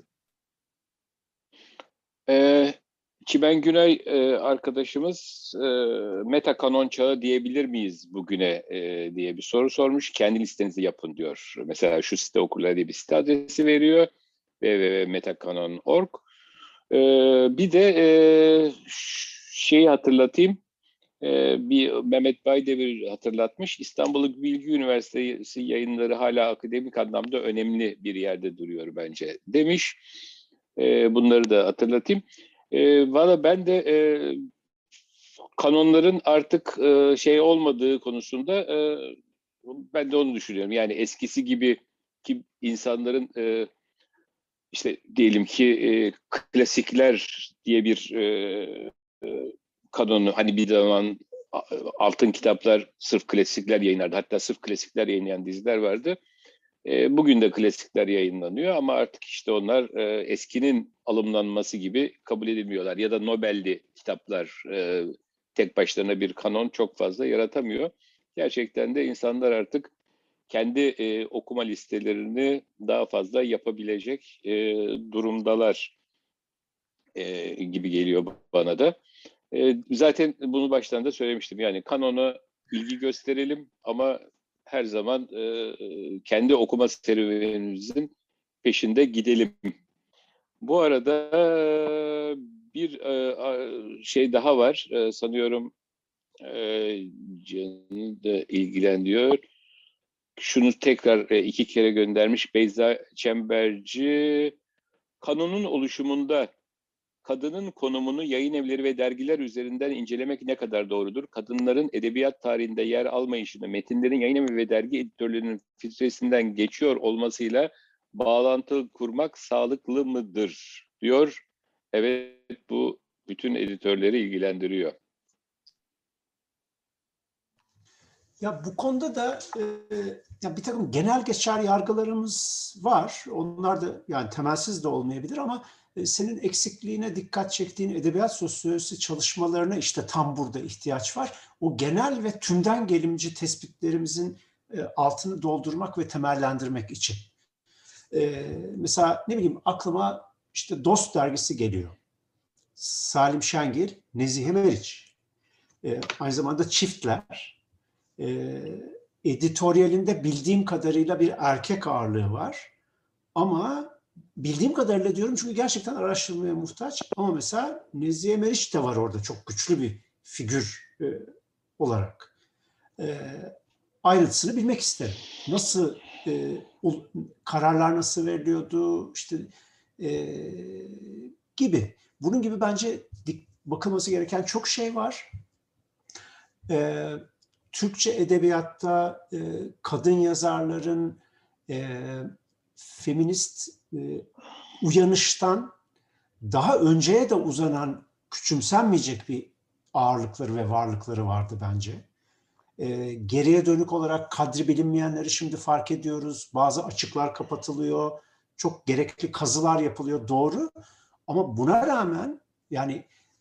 B: Çimen Günay arkadaşımız meta kanon çağı diyebilir miyiz bugüne diye bir soru sormuş. Kendi listenizi yapın diyor. Mesela şu site okurlar diye bir site adresi veriyor. www.metakanon.org. Bir de şeyi hatırlatayım. Bir Mehmet Baydemir hatırlatmış. İstanbul Bilgi Üniversitesi yayınları hala akademik anlamda önemli bir yerde duruyor bence demiş. Bunları da hatırlatayım. Valla ben de kanonların artık şey olmadığı konusunda ben de onu düşünüyorum. Yani eskisi gibi ki insanların işte diyelim ki klasikler diye bir kanonu hani bir zaman altın kitaplar sırf klasikler yayınlardı. Hatta sırf klasikler yayınlayan diziler vardı. Bugün de klasikler yayınlanıyor ama artık işte onlar eskinin alımlanması gibi kabul edilmiyorlar. Ya da Nobel'li kitaplar tek başlarına bir kanon çok fazla yaratamıyor. Gerçekten de insanlar artık kendi okuma listelerini daha fazla yapabilecek durumdalar gibi geliyor bana da. Zaten bunu baştan da söylemiştim. Yani kanona ilgi gösterelim ama her zaman kendi okuma serüvenimizin peşinde gidelim. Bu arada bir şey daha var. Sanıyorum Can'ı da ilgilendiriyor. Şunu tekrar 2 kere göndermiş Beyza Çemberci. Kanonun oluşumunda kadının konumunu yayın evleri ve dergiler üzerinden incelemek ne kadar doğrudur? Kadınların edebiyat tarihinde yer almayışını metinlerin yayın evi ve dergi editörlerinin filtresinden geçiyor olmasıyla bağlantı kurmak sağlıklı mıdır? Diyor. Evet, bu bütün editörleri ilgilendiriyor.
D: Ya bu konuda da ya bir takım genel geçer yargılarımız var. Onlar da yani temelsiz de olmayabilir ama senin eksikliğine dikkat çektiğin edebiyat sosyolojisi çalışmalarına işte tam burada ihtiyaç var. O genel ve tümden gelimci tespitlerimizin altını doldurmak ve temellendirmek için. Mesela ne bileyim aklıma işte Dost dergisi geliyor. Salim Şengil, Nezihe Meriç. Aynı zamanda Çiftler. Editoryalinde bildiğim kadarıyla bir erkek ağırlığı var. Ama bildiğim kadarıyla diyorum çünkü gerçekten araştırmaya muhtaç. Ama mesela Nezihe Meriç de var orada çok güçlü bir figür olarak. Ayrıntısını bilmek isterim. Nasıl kararlar nasıl veriliyordu işte gibi. Bunun gibi bence bakılması gereken çok şey var. Türkçe edebiyatta kadın yazarların feminist uyanıştan daha önceye de uzanan küçümsenmeyecek bir ağırlıkları ve varlıkları vardı bence. Geriye dönük olarak kadri bilinmeyenleri şimdi fark ediyoruz. Bazı açıklar kapatılıyor. Çok gerekli kazılar yapılıyor. Doğru. Ama buna rağmen yani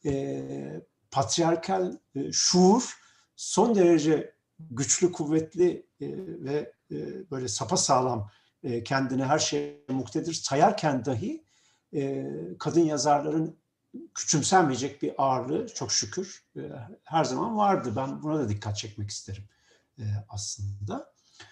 D: patriarkal şuur son derece güçlü, kuvvetli ve böyle sapasağlam kendini her şeye muktedir sayarken dahi kadın yazarların küçümsenmeyecek bir ağırlığı çok şükür her zaman vardı. Ben buna da dikkat çekmek isterim aslında.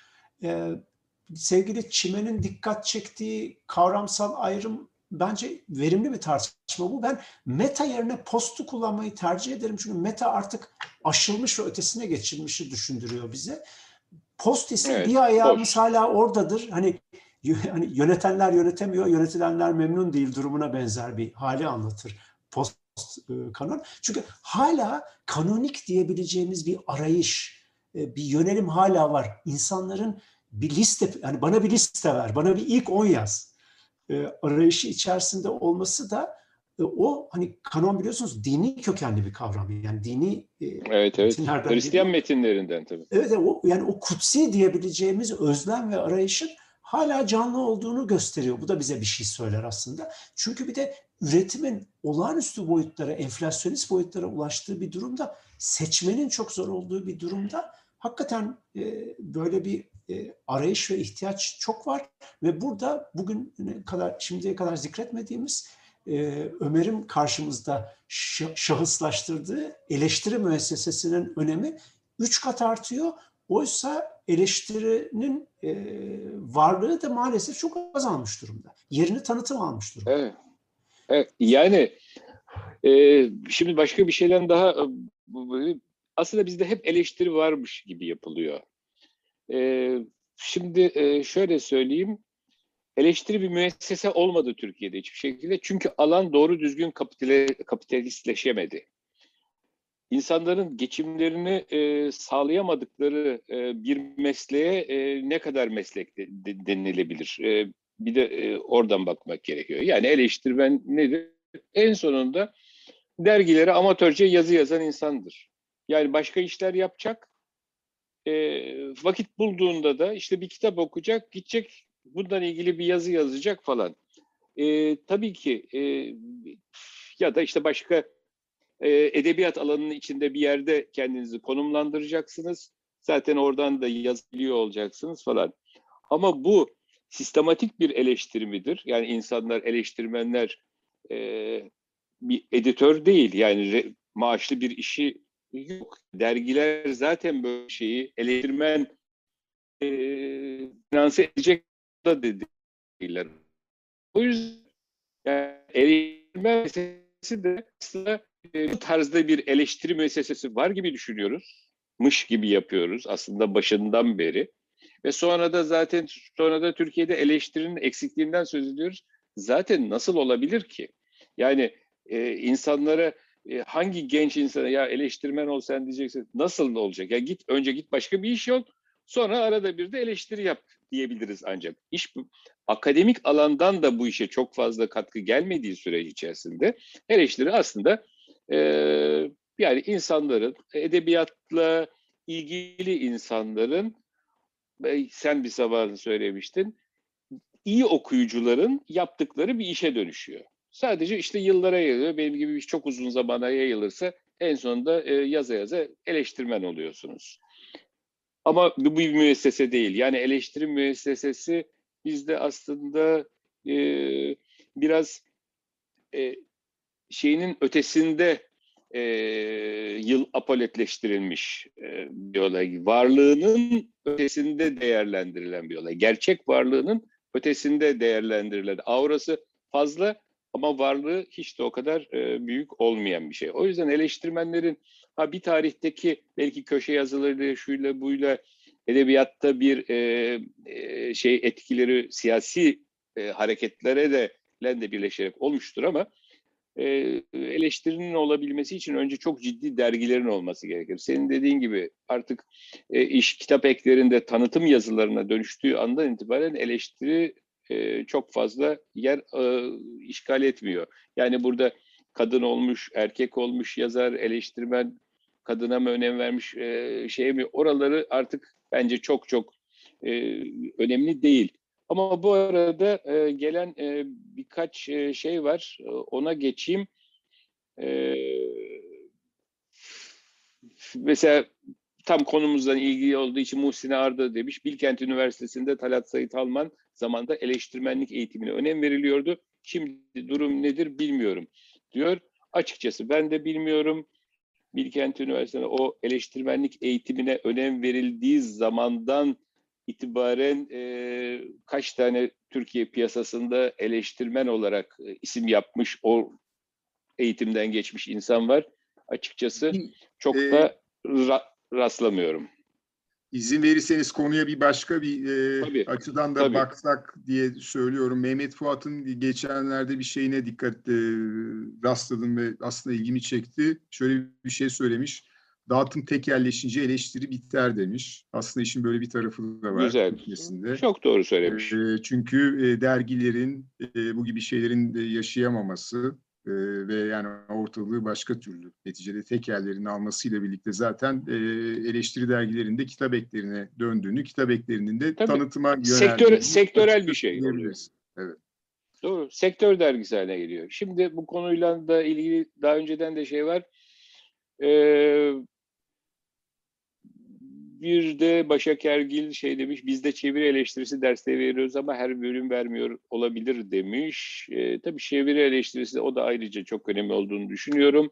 D: Sevgili Çimen'in dikkat çektiği kavramsal ayrım bence verimli bir tartışma bu. Ben meta yerine post'u kullanmayı tercih ederim. Çünkü meta artık aşılmış ve ötesine geçilmişi düşündürüyor bize. Post ise evet, bir ayağımız hala oradadır. Hani yönetenler yönetemiyor, yönetilenler memnun değil durumuna benzer bir hali anlatır post kanon. Çünkü hala kanonik diyebileceğimiz bir arayış, bir yönelim hala var. İnsanların bir liste, yani bana bir liste ver, bana bir ilk 10 yaz arayışı içerisinde olması da o hani kanon biliyorsunuz dini kökenli bir kavram. Yani dini
B: evet. Hristiyan metinlerinden tabii.
D: Evet, yani o kutsi diyebileceğimiz özlem ve arayışın hala canlı olduğunu gösteriyor. Bu da bize bir şey söyler aslında. Çünkü bir de üretimin olağanüstü boyutlara, enflasyonist boyutlara ulaştığı bir durumda, seçmenin çok zor olduğu bir durumda hakikaten böyle bir arayış ve ihtiyaç çok var. Ve burada şimdiye kadar zikretmediğimiz Ömer'in karşımızda şahıslaştırdığı eleştiri müessesesinin önemi 3 kat artıyor. Oysa eleştirinin varlığı da maalesef çok azalmış durumda. Yerini tanıtım almış durumda.
B: Evet. Yani şimdi başka bir şeyden daha aslında bizde hep eleştiri varmış gibi yapılıyor. Şimdi şöyle söyleyeyim. Eleştiri bir müessese olmadı Türkiye'de hiçbir şekilde. Çünkü alan doğru düzgün kapitalistleşemedi. İnsanların geçimlerini sağlayamadıkları bir mesleğe ne kadar meslek denilebilir? Bir de oradan bakmak gerekiyor. Yani eleştirmen nedir? En sonunda dergilere amatörce yazı yazan insandır. Yani başka işler yapacak. Vakit bulduğunda da işte bir kitap okuyacak, gidecek bundan ilgili bir yazı yazacak falan. Tabii ki ya da işte başka edebiyat alanının içinde bir yerde kendinizi konumlandıracaksınız. Zaten oradan da yazılıyor olacaksınız falan. Ama bu sistematik bir eleştiri midir? Yani insanlar, eleştirmenler bir editör değil. Yani maaşlı bir işi yok. Dergiler zaten böyle şeyi eleştirmen finanse edecek da değiller. O yüzden yani eleştirmen meselesi de aslında bu tarzda bir eleştiri müessesesi var gibi düşünüyoruz. Mış gibi yapıyoruz aslında başından beri. Ve sonra da Türkiye'de eleştirinin eksikliğinden söz ediyoruz. Zaten nasıl olabilir ki? Yani insanlara hangi genç insana ya eleştirmen ol sen diyeceksin. Nasıl olacak? Ya önce git başka bir iş yap. Sonra arada bir de eleştiri yap diyebiliriz ancak. Akademik alandan da bu işe çok fazla katkı gelmediği süreç içerisinde eleştiri aslında yani insanların, edebiyatla ilgili insanların, sen bir sabah söylemiştin, iyi okuyucuların yaptıkları bir işe dönüşüyor. Sadece işte yıllara yayılıyor. Benim gibi çok uzun zamana yayılırsa en sonunda yaza yaza eleştirmen oluyorsunuz. Ama bu bir müessese değil. Yani eleştiri müessesesi bizde aslında biraz şeyinin ötesinde yıl apoletleştirilmiş bir olay. Varlığının ötesinde değerlendirilen bir olay. Gerçek varlığının ötesinde değerlendirilen. Aurası fazla ama varlığı hiç de o kadar büyük olmayan bir şey. O yüzden eleştirmenlerin bir tarihteki belki köşe yazılarıyla, şuyla buyla edebiyatta bir etkileri siyasi hareketlere de birleşerek olmuştur ama eleştirinin olabilmesi için önce çok ciddi dergilerin olması gerekir. Senin dediğin gibi artık iş kitap eklerinde tanıtım yazılarına dönüştüğü andan itibaren eleştiri çok fazla yer işgal etmiyor. Yani burada kadın olmuş, erkek olmuş yazar, eleştirmen kadına mı önem vermiş şeye mi? Oraları artık bence çok çok önemli değil. Ama bu arada gelen birkaç şey var. Ona geçeyim. Mesela tam konumuzdan ilgili olduğu için Muhsin Arda demiş. Bilkent Üniversitesi'nde Talat Sait Alman zamanında eleştirmenlik eğitimine önem veriliyordu. Şimdi durum nedir bilmiyorum diyor. Açıkçası ben de bilmiyorum. Bilkent Üniversitesi'nde o eleştirmenlik eğitimine önem verildiği zamandan itibaren kaç tane Türkiye piyasasında eleştirmen olarak isim yapmış, o eğitimden geçmiş insan var. Açıkçası çok da rastlamıyorum.
A: İzin verirseniz konuya bir başka bir açıdan da baksak diye söylüyorum. Mehmet Fuat'ın geçenlerde bir şeyine rastladım ve aslında ilgimi çekti. Şöyle bir şey söylemiş. Dağıtım tekelleşince eleştiri biter demiş. Aslında işin böyle bir tarafı da var.
B: Güzel.
A: Kesinlikle.
B: Çok doğru söylemiş.
A: Çünkü dergilerin bu gibi şeylerin yaşayamaması ve yani ortalığı başka türlü neticede tekellerin almasıyla birlikte zaten eleştiri dergilerinde kitap eklerine döndüğünü, kitap eklerinin de tanıtıma yöneldiğini
B: sektörel bir şey oluyor.
A: Evet.
B: Doğru. Sektör dergisi haline geliyor. Şimdi bu konuyla da ilgili daha önceden de şey var. Bir de Başak Ergil şey demiş, biz de çeviri eleştirisi dersleri veriyoruz ama her bölüm vermiyor olabilir demiş. Tabii çeviri eleştirisi o da ayrıca çok önemli olduğunu düşünüyorum.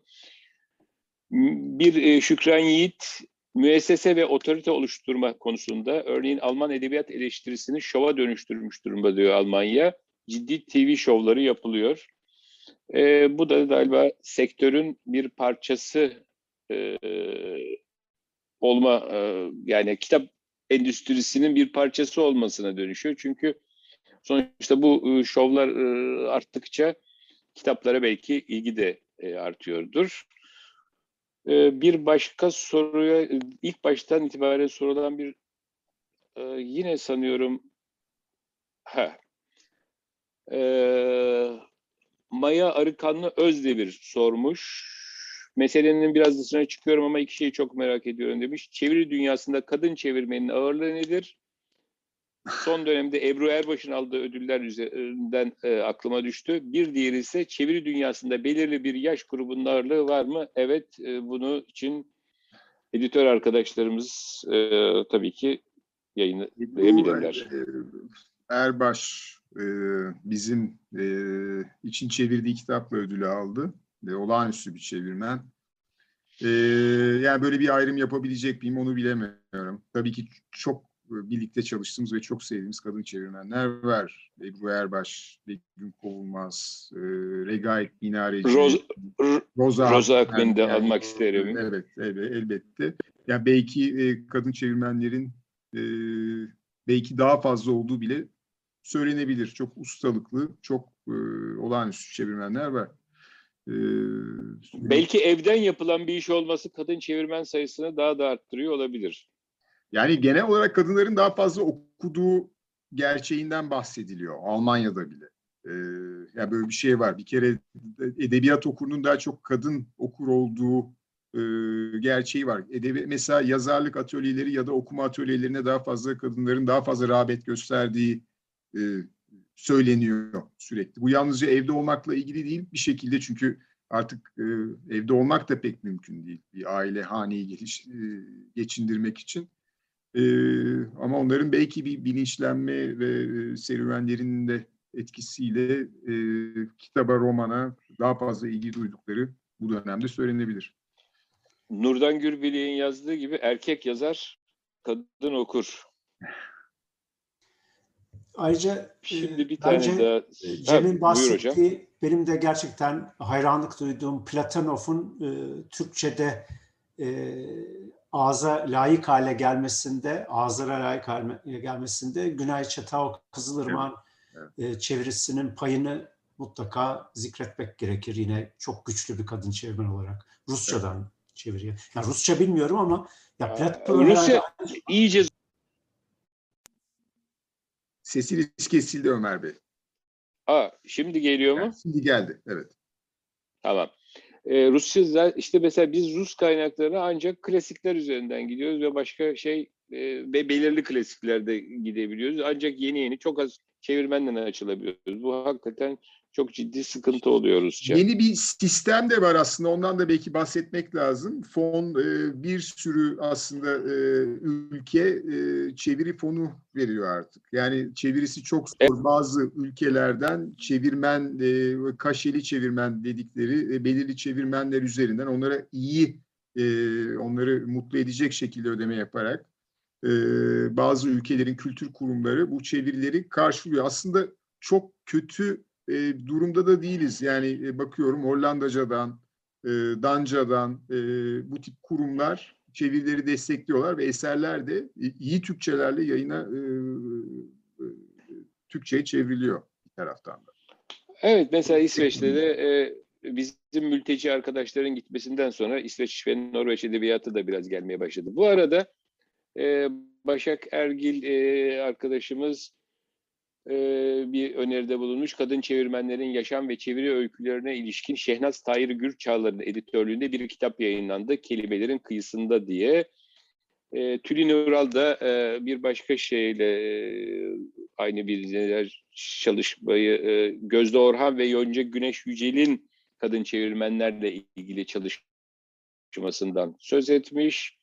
B: Bir Şükran Yiğit, müessese ve otorite oluşturma konusunda örneğin Alman edebiyat eleştirisini şova dönüştürmüş durumda diyor Almanya. Ciddi TV şovları yapılıyor. Bu da galiba sektörün bir parçası olma, yani kitap endüstrisinin bir parçası olmasına dönüşüyor. Çünkü sonuçta bu şovlar arttıkça kitaplara belki ilgi de artıyordur. Bir başka soruya ilk baştan itibaren sorulan bir yine sanıyorum Maya Arıkanlı Özdemir sormuş. Meselenin biraz dışına çıkıyorum ama iki şeyi çok merak ediyorum demiş. Çeviri dünyasında kadın çevirmenin ağırlığı nedir? Son dönemde Ebru Erbaş'ın aldığı ödüller üzerinden aklıma düştü. Bir diğeri ise çeviri dünyasında belirli bir yaş grubunun ağırlığı var mı? Evet, bunu için editör arkadaşlarımız tabii ki yayınlayabilirler.
A: Erbaş bizim için çevirdiği kitapla ödülü aldı. Olağanüstü bir çevirmen. Yani böyle bir ayrım yapabilecek miyim onu bilemiyorum. Tabii ki çok birlikte çalıştığımız ve çok sevdiğimiz kadın çevirmenler var. Ebru Erbaş, Begüm Kovulmaz, Regaip Minareci,
B: Roza Akmen'i de almak isterim.
A: Evet, elbette. Yani belki kadın çevirmenlerin belki daha fazla olduğu bile söylenebilir. Çok ustalıklı, çok olağanüstü çevirmenler var.
B: Belki evden yapılan bir iş olması kadın çevirmen sayısını daha da arttırıyor olabilir.
A: Yani genel olarak kadınların daha fazla okuduğu gerçeğinden bahsediliyor Almanya'da bile. Yani böyle bir şey var. Bir kere edebiyat okurunun daha çok kadın okur olduğu gerçeği var. Mesela yazarlık atölyeleri ya da okuma atölyelerine daha fazla kadınların daha fazla rağbet gösterdiği söyleniyor sürekli. Bu yalnızca evde olmakla ilgili değil bir şekilde, çünkü artık evde olmak da pek mümkün değil. Bir aile, haneyi geçindirmek için. Ama onların belki bir bilinçlenme ve serüvenlerinin de etkisiyle kitaba, romana daha fazla ilgi duydukları bu dönemde söylenebilir.
B: Nurdan Gürbilik'in yazdığı gibi erkek yazar, kadın okur.
D: Ayrıca
B: Şimdi bir
D: bence
B: tane daha...
D: Cem'in
B: Buyur hocam.
D: bahsettiği, benim de gerçekten hayranlık duyduğum Platonov'un Türkçe'de ağza layık hale gelmesinde, ağızlara layık hale gelmesinde Günay Çetao Kızılırmak'ın çevirisinin payını mutlaka zikretmek gerekir. Yine çok güçlü bir kadın çevirmen olarak. Rusçadan çeviriyor. Yani Rusça bilmiyorum ama ya Platonov
B: Rusça iyice...
A: Sesiniz kesildi Ömer Bey.
B: Şimdi geliyor mu?
A: Şimdi geldi, evet.
B: Tamam. Rusça işte mesela biz Rus kaynaklarına ancak klasikler üzerinden gidiyoruz ve başka ve belirli klasiklerde gidebiliyoruz. Ancak yeni çok az çevirmenle açılabiliyoruz. Bu hakikaten çok ciddi sıkıntı oluyor Rusça.
A: Yeni bir sistem de var aslında. Ondan da belki bahsetmek lazım. Fon, bir sürü aslında ülke çeviri fonu veriyor artık. Yani çevirisi çok zor. Bazı ülkelerden çevirmen, kaşeli çevirmen dedikleri belirli çevirmenler üzerinden onlara onları mutlu edecek şekilde ödeme yaparak bazı ülkelerin kültür kurumları bu çevirileri karşılıyor. Aslında çok kötü durumda da değiliz. Yani bakıyorum Hollandaca'dan, Danca'dan bu tip kurumlar çevirileri destekliyorlar ve eserler de iyi Türkçelerle yayına Türkçe'ye çevriliyor bir taraftan da.
B: Evet, mesela İsveç'te de bizim mülteci arkadaşların gitmesinden sonra İsveç ve Norveç edebiyatı da biraz gelmeye başladı. Bu arada Başak Ergil arkadaşımız bir öneride bulunmuş. Kadın çevirmenlerin yaşam ve çeviri öykülerine ilişkin Şehnaz Tahir Gürçağlar'ın editörlüğünde bir kitap yayınlandı. Kelimelerin Kıyısında diye. Tülin Ural da bir başka aynı bir çalışmayı Gözde Orhan ve Yonca Güneş Yücel'in kadın çevirmenlerle ilgili çalışmasından söz etmiş.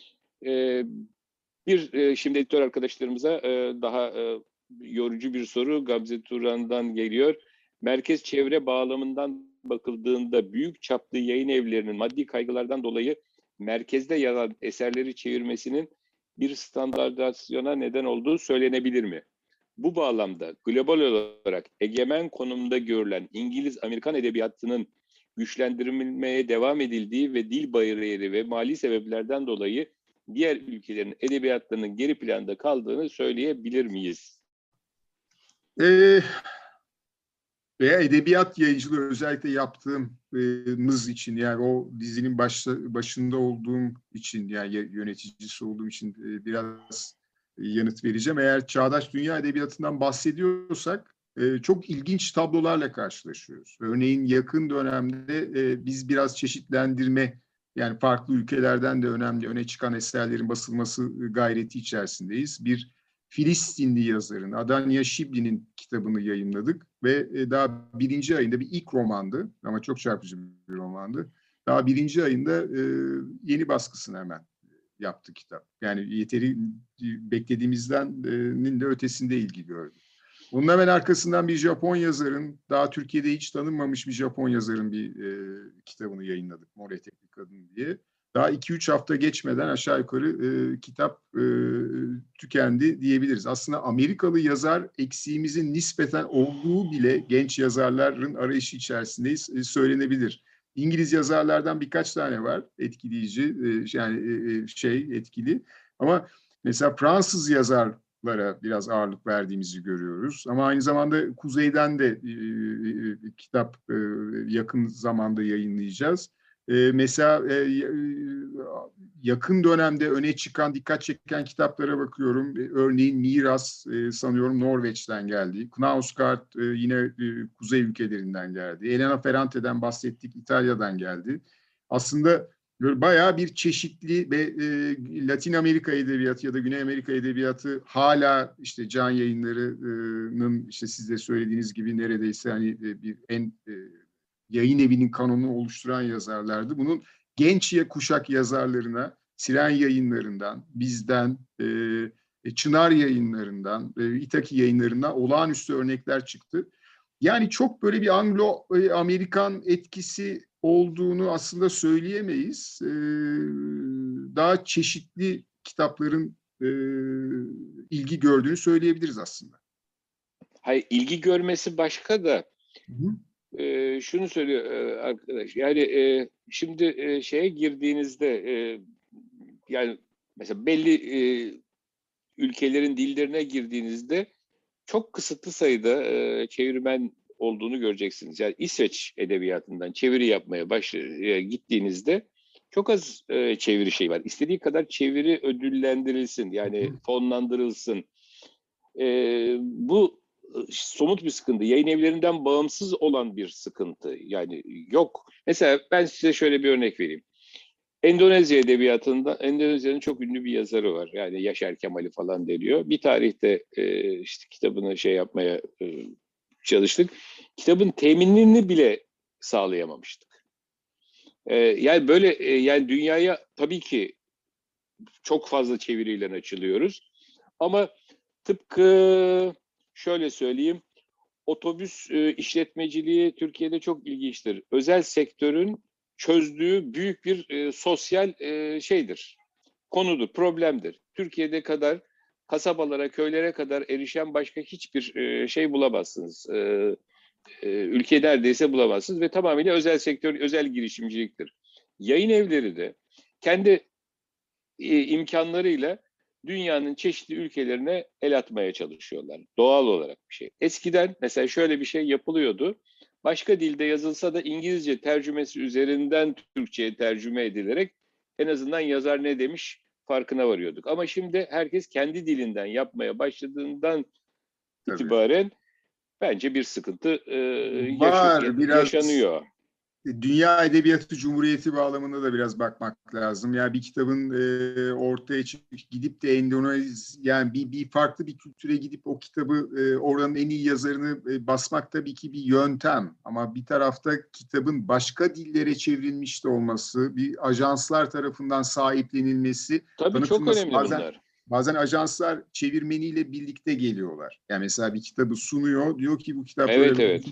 B: Şimdi editör arkadaşlarımıza daha yorucu bir soru Gamze Turan'dan geliyor. Merkez çevre bağlamından bakıldığında büyük çaplı yayın evlerinin maddi kaygılardan dolayı merkezde yer alan eserleri çevirmesinin bir standartizasyona neden olduğu söylenebilir mi? Bu bağlamda global olarak egemen konumda görülen İngiliz-Amerikan edebiyatının güçlendirilmeye devam edildiği ve dil bariyeri ve mali sebeplerden dolayı diğer ülkelerin edebiyatlarının geri planda kaldığını söyleyebilir miyiz?
A: Veya edebiyat yayıncılığı özellikle yaptığımız için, yani o dizinin başında olduğum için, yani yöneticisi olduğum için biraz yanıt vereceğim. Eğer çağdaş dünya edebiyatından bahsediyorsak çok ilginç tablolarla karşılaşıyoruz. Örneğin yakın dönemde biz biraz çeşitlendirme, yani farklı ülkelerden de öne çıkan eserlerin basılması gayreti içerisindeyiz. Bir Filistinli yazarın Adanya Shibli'nin kitabını yayınladık ve daha birinci ayında, bir ilk romandı ama çok çarpıcı bir romandı. Daha birinci ayında yeni baskısını hemen yaptı kitap. Yani yeteri beklediğimizden de ötesinde ilgi gördü. Bunun hemen arkasından bir Japon yazarın, daha Türkiye'de hiç tanınmamış bir Japon yazarın bir kitabını yayınladık. Mor Etekli Kadın diye. Daha 2-3 hafta geçmeden aşağı yukarı kitap tükendi diyebiliriz. Aslında Amerikalı yazar eksiğimizin nispeten olduğu bile genç yazarların arayışı içerisindeyiz söylenebilir. İngiliz yazarlardan birkaç tane var etkileyici, etkili. Ama mesela Fransız yazar kitaplara biraz ağırlık verdiğimizi görüyoruz. Ama aynı zamanda kuzeyden de kitap yakın zamanda yayınlayacağız. Mesela yakın dönemde öne çıkan, dikkat çeken kitaplara bakıyorum. Örneğin Miras sanıyorum Norveç'ten geldi. Knausgaard yine kuzey ülkelerinden geldi. Elena Ferrante'den bahsettik, İtalya'dan geldi. Aslında böyle bayağı bir çeşitli ve Latin Amerika edebiyatı ya da Güney Amerika edebiyatı hala işte Can Yayınları'nın işte siz de söylediğiniz gibi neredeyse hani bir yayın evinin kanonunu oluşturan yazarlardı. Bunun genç kuşak yazarlarına Siren Yayınları'ndan, bizden, Çınar Yayınları'ndan, İtaki Yayınları'ndan olağanüstü örnekler çıktı. Yani çok böyle bir Anglo-Amerikan etkisi olduğunu aslında söyleyemeyiz. Daha çeşitli kitapların ilgi gördüğünü söyleyebiliriz aslında.
B: Hayır, ilgi görmesi başka da
A: Hı-hı.
B: Şunu söylüyor arkadaş. Yani şimdi şeye girdiğinizde yani mesela belli ülkelerin dillerine girdiğinizde çok kısıtlı sayıda çevirmen olduğunu göreceksiniz. Yani İsveç edebiyatından çeviri yapmaya gittiğinizde çok az çeviri şey var. İstediği kadar çeviri ödüllendirilsin, yani fonlandırılsın. Bu somut bir sıkıntı. Yayın evlerinden bağımsız olan bir sıkıntı. Yani yok. Mesela ben size şöyle bir örnek vereyim. Endonezya edebiyatında, Endonezya'nın çok ünlü bir yazarı var. Yani Yaşar Kemal'i falan deniyor. Bir tarihte işte kitabını yapmaya çalıştık. Kitabın teminini bile sağlayamamıştık. Yani böyle yani dünyaya tabii ki çok fazla çeviriyle açılıyoruz. Ama tıpkı şöyle söyleyeyim, otobüs işletmeciliği Türkiye'de çok ilginçtir. Özel sektörün çözdüğü büyük bir sosyal şeydir, konudur, problemdir. Türkiye'de kadar kasabalara, köylere kadar erişen başka hiçbir şey bulamazsınız. Ülke neredeyse bulamazsınız ve tamamıyla özel sektör, özel girişimciliktir. Yayın evleri de kendi imkanlarıyla dünyanın çeşitli ülkelerine el atmaya çalışıyorlar. Doğal olarak bir şey. Eskiden mesela şöyle bir şey yapılıyordu. Başka dilde yazılsa da İngilizce tercümesi üzerinden Türkçe'ye tercüme edilerek en azından yazar ne demiş farkına varıyorduk. Ama şimdi herkes kendi dilinden yapmaya başladığından itibaren bence bir sıkıntı
A: Var biraz.
B: yaşanıyor.
A: Dünya Edebiyatı Cumhuriyeti bağlamında da biraz bakmak lazım. Yani bir kitabın ortaya çıkıp gidip de yani bir farklı bir kültüre gidip o kitabı oranın en iyi yazarını basmak tabii ki bir yöntem. Ama bir tarafta kitabın başka dillere çevrilmiş de olması, bir ajanslar tarafından sahiplenilmesi,
B: Tabii çok önemli bunlar.
A: Bazen ajanslar çevirmeniyle birlikte geliyorlar. Yani mesela bir kitabı sunuyor, diyor ki bu kitap
B: evet.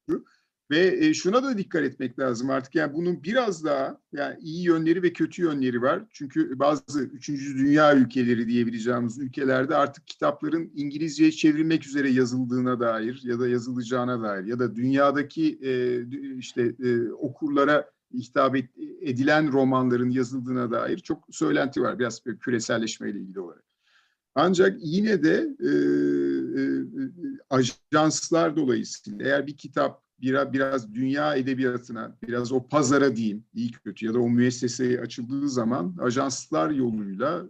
A: Ve şuna da dikkat etmek lazım artık. Yani bunun biraz daha yani iyi yönleri ve kötü yönleri var. Çünkü bazı 3. dünya ülkeleri diyebileceğimiz ülkelerde artık kitapların İngilizceye çevrilmek üzere yazıldığına dair ya da yazılacağına dair ya da dünyadaki okurlara hitap edilen romanların yazıldığına dair çok söylenti var. Biraz küreselleşmeyle ilgili olarak. Ancak yine de ajanslar dolayısıyla eğer bir kitap biraz dünya edebiyatına, biraz o pazara diyeyim, iyi kötü ya da o müesseseye açıldığı zaman ajanslar yoluyla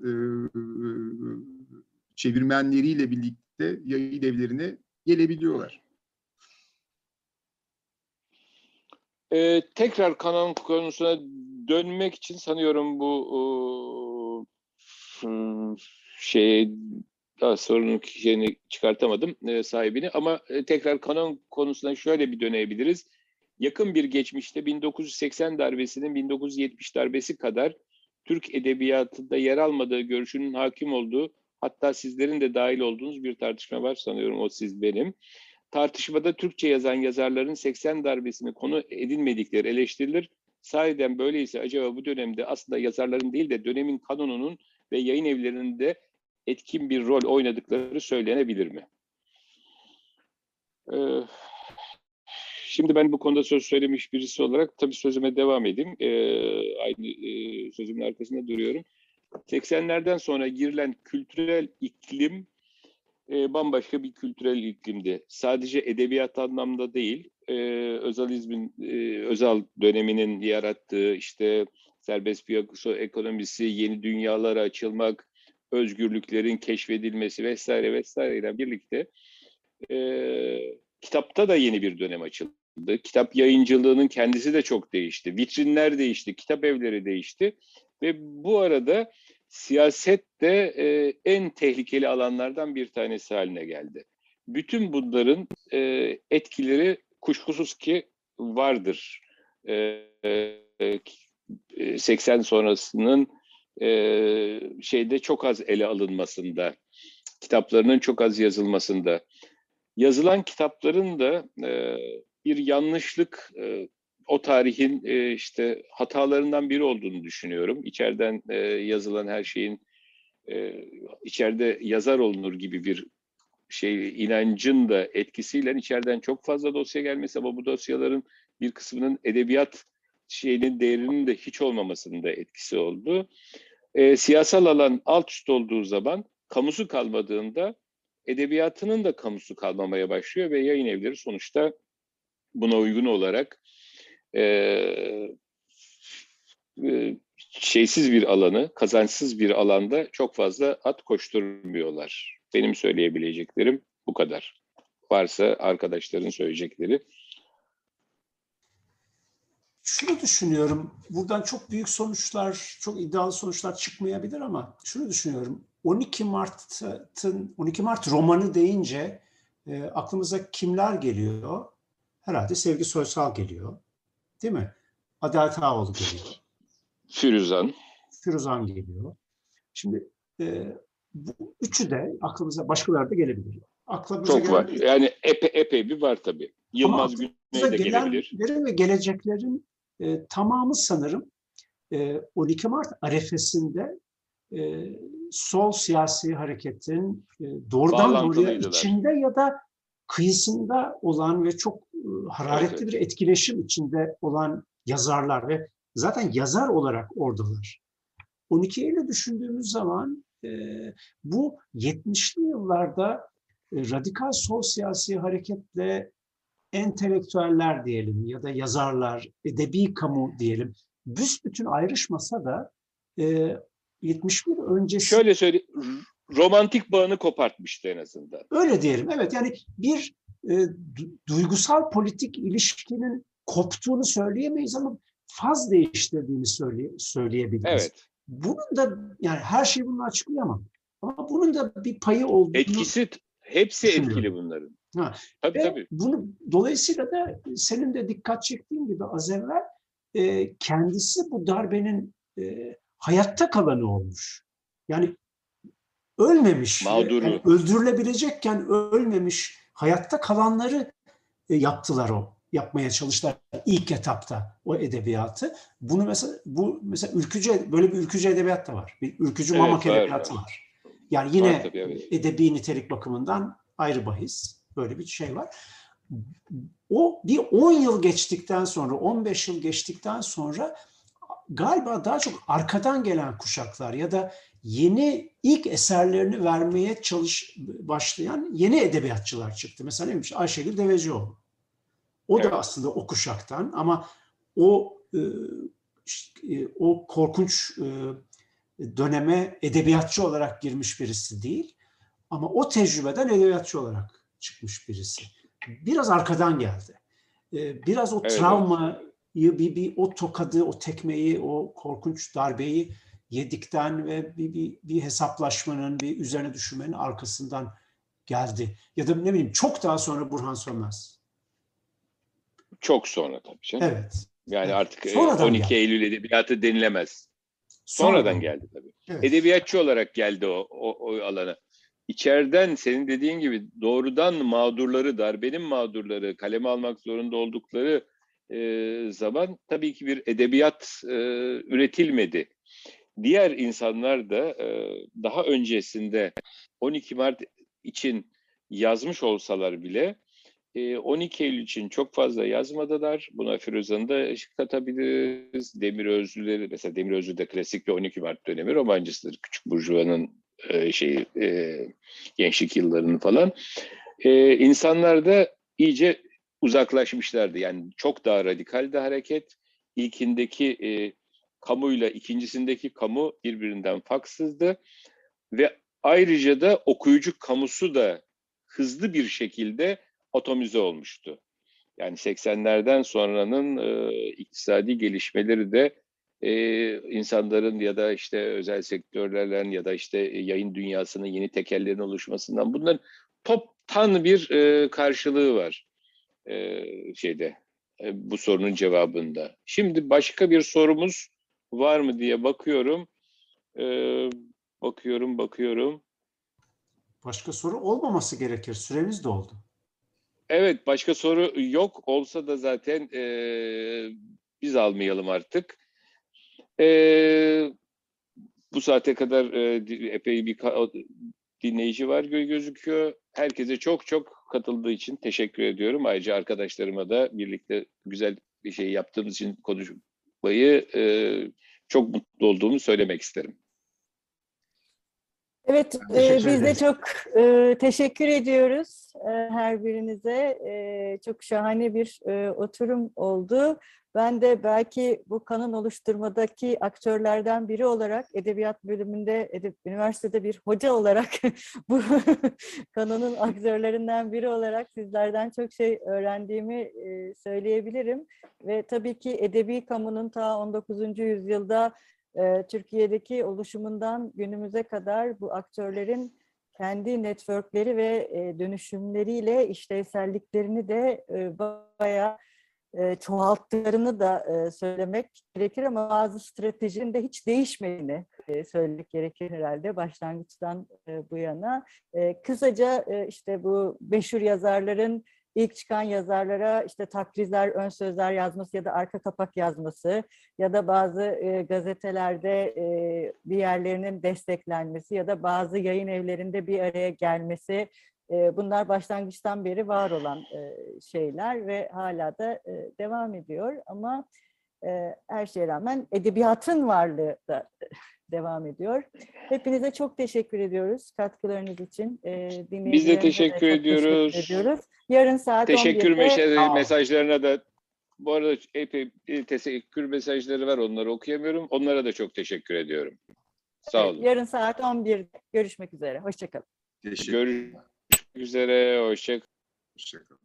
A: çevirmenleriyle birlikte yayın evlerine gelebiliyorlar.
B: Tekrar kanon konusuna dönmek için sanıyorum bu sorunun şeyini çıkartamadım sahibini ama tekrar kanon konusuna şöyle bir dönebiliriz. Yakın bir geçmişte 1980 darbesinin 1970 darbesi kadar Türk edebiyatında yer almadığı görüşünün hakim olduğu, hatta sizlerin de dahil olduğunuz bir tartışma var, sanıyorum o siz benim. Tartışmada Türkçe yazan yazarların 80 darbesini konu edinmedikleri eleştirilir. Sahiden böyleyse acaba bu dönemde aslında yazarların değil de dönemin kanonunun ve yayın evlerinde etkin bir rol oynadıkları söylenebilir mi? Şimdi ben bu konuda söz söylemiş birisi olarak tabii sözüme devam edeyim. Aynı sözümün arkasında duruyorum. 80'lerden sonra girilen kültürel iklim bambaşka bir kültürel iklimdi. Sadece edebiyat anlamda değil, Özal döneminin yarattığı işte serbest piyasa ekonomisi, yeni dünyalara açılmak, özgürlüklerin keşfedilmesi vesaire vesaireyle birlikte kitapta da yeni bir dönem açıldı. Kitap yayıncılığının kendisi de çok değişti. Vitrinler değişti, kitap evleri değişti ve bu arada siyaset de en tehlikeli alanlardan bir tanesi haline geldi. Bütün bunların etkileri kuşkusuz ki vardır. 80 sonrasının şeyde çok az ele alınmasında, kitaplarının çok az yazılmasında. Yazılan kitapların da bir yanlışlık, o tarihin işte hatalarından biri olduğunu düşünüyorum. İçeriden yazılan her şeyin içeride yazar olunur gibi bir inancın da etkisiyle içeriden çok fazla dosya gelmesi ama bu dosyaların bir kısmının edebiyat değerinin de hiç olmamasının da etkisi oldu. Siyasal alan alt üst olduğu zaman, kamusu kalmadığında edebiyatının da kamusu kalmamaya başlıyor ve yayın evleri sonuçta buna uygun olarak şeysiz bir alanı, kazançsız bir alanda çok fazla at koşturmuyorlar. Benim söyleyebileceklerim bu kadar. Varsa arkadaşların söyleyecekleri.
D: Şunu düşünüyorum, buradan çok büyük sonuçlar, çok iddialı sonuçlar çıkmayabilir ama şunu düşünüyorum. 12 Mart romanı deyince aklımıza kimler geliyor? Herhalde Sevgi Soysal geliyor. Değil mi? Adalet Ağaoğlu geliyor. Firuzan geliyor. Şimdi bu üçü de aklımıza, başkaları da gelebilir. Aklımıza
B: çok var. Yani epey bir var tabii. Yılmaz Güney de gelebilir.
D: Ve geleceklerin tamamı sanırım 12 Mart arefesinde sol siyasi hareketin doğrudan doğruya içinde ya da kıyısında olan ve çok hararetli bir etkileşim içinde olan yazarlar ve zaten yazar olarak oradalar. 12 Eylül'ü düşündüğümüz zaman bu 70'li yıllarda radikal sol siyasi hareketle entelektüeller diyelim ya da yazarlar, edebi kamu diyelim, büsbütün ayrışmasa da 71 öncesi...
B: Şöyle söyleyeyim, romantik bağını kopartmıştı en azından.
D: Öyle diyelim, evet. Yani bir duygusal politik ilişkinin koptuğunu söyleyemeyiz ama faz değiştirdiğini söyleyebiliriz.
B: Evet.
D: Bunun da, yani her şeyi bununla açıklayamam. Ama bunun da bir payı olduğunu...
B: Hepsi etkili bunların. Tabii.
D: Bunu, dolayısıyla da senin de dikkat çektiğin gibi az evvel kendisi bu darbenin hayatta kalanı olmuş. Yani ölmemiş.
B: Mağduru.
D: Yani öldürülebilecekken ölmemiş, hayatta kalanları yapmaya çalıştılar ilk etapta o edebiyatı. Bunu mesela ürkücü, böyle bir ürkücü edebiyat da var. Bir ürkücü Mamak edebiyatı var. Yani yine edebi nitelik bakımından ayrı bahis. Böyle bir şey var. O bir 10 yıl geçtikten sonra, 15 yıl geçtikten sonra galiba daha çok arkadan gelen kuşaklar ya da yeni ilk eserlerini vermeye başlayan yeni edebiyatçılar çıktı. Mesela neymiş? Ayşegül Devecioğlu. O da aslında o kuşaktan ama o korkunç döneme edebiyatçı olarak girmiş birisi değil. Ama o tecrübeden edebiyatçı olarak çıkmış birisi. Biraz arkadan geldi. Biraz o travmayı, o tokadı, o tekmeyi, o korkunç darbeyi yedikten ve bir hesaplaşmanın, bir üzerine düşünmenin arkasından geldi. Ya da ne bileyim çok daha sonra Burhan Sönmez.
B: Çok sonra tabii canım.
D: Evet.
B: Yani artık sonradan 12 geldi. Eylül edebiyatı denilemez. Sonradan geldi tabii. Evet. Edebiyatçı olarak geldi o alana. İçeriden senin dediğin gibi doğrudan mağdurları, darbenin mağdurları kaleme almak zorunda oldukları zaman tabii ki bir edebiyat üretilmedi. Diğer insanlar da daha öncesinde 12 Mart için yazmış olsalar bile 12 Eylül için çok fazla yazmadılar. Buna Firuzan'ı da katabiliriz. Demirözlüleri, mesela Demirözlü de klasik bir 12 Mart dönemi romancısıdır. Küçük Burjuva'nın gençlik yıllarını falan. İnsanlar da iyice uzaklaşmışlardı. Yani çok daha radikaldi hareket. İlkindeki kamuyla ikincisindeki kamu birbirinden farksızdı ve ayrıca da okuyucu kamusu da hızlı bir şekilde atomize olmuştu. Yani 80'lerden sonranın iktisadi gelişmeleri de insanların ya da işte özel sektörlerden ya da işte yayın dünyasının yeni tekellerin oluşmasından bunların toptan bir karşılığı var bu sorunun cevabında. Şimdi başka bir sorumuz var mı diye bakıyorum. Bakıyorum.
D: Başka soru olmaması gerekir. Süremiz doldu.
B: Evet, başka soru yok. Olsa da zaten biz almayalım artık. Bu saate kadar epey bir dinleyici var gözüküyor. Herkese çok çok katıldığı için teşekkür ediyorum. Ayrıca arkadaşlarıma da birlikte güzel bir şey yaptığımız için konuşmayı çok mutlu olduğumu söylemek isterim.
C: Evet,
D: Teşekkür
C: biz de
D: ederiz.
C: çok teşekkür ediyoruz her birinize. Çok şahane bir oturum oldu. Ben de belki bu kanun oluşturmadaki aktörlerden biri olarak edebiyat bölümünde, üniversitede bir hoca olarak bu kanunun aktörlerinden biri olarak sizlerden çok şey öğrendiğimi söyleyebilirim. Ve tabii ki edebi kamunun ta 19. yüzyılda Türkiye'deki oluşumundan günümüze kadar bu aktörlerin kendi networkleri ve dönüşümleriyle işlevselliklerini de bayağı çoğalttıklarını da söylemek gerekir ama bazı stratejinin de hiç değişmediğini söylemek gerekir herhalde başlangıçtan bu yana. Kısaca işte bu meşhur yazarların ilk çıkan yazarlara işte takrizler, ön sözler yazması ya da arka kapak yazması ya da bazı gazetelerde bir yerlerinin desteklenmesi ya da bazı yayın evlerinde bir araya gelmesi, bunlar başlangıçtan beri var olan şeyler ve hala da devam ediyor ama her şeye rağmen edebiyatın varlığı da devam ediyor. Hepinize çok teşekkür ediyoruz katkılarınız için.
B: Biz de
C: Dinleyicilerimize
B: teşekkür
C: de çok
B: ediyoruz.
C: teşekkür ediyoruz. Yarın saat
B: Teşekkür
C: 11'de
B: mesajlarına da bu arada epey teşekkür mesajları var. Onları okuyamıyorum. Onlara da çok teşekkür ediyorum. Sağ olun.
C: yarın saat 11'de görüşmek üzere. Hoşça kalın.
A: Teşekkür.
B: Görüşmek üzere. Hoşça kalın.
A: Hoşça kalın.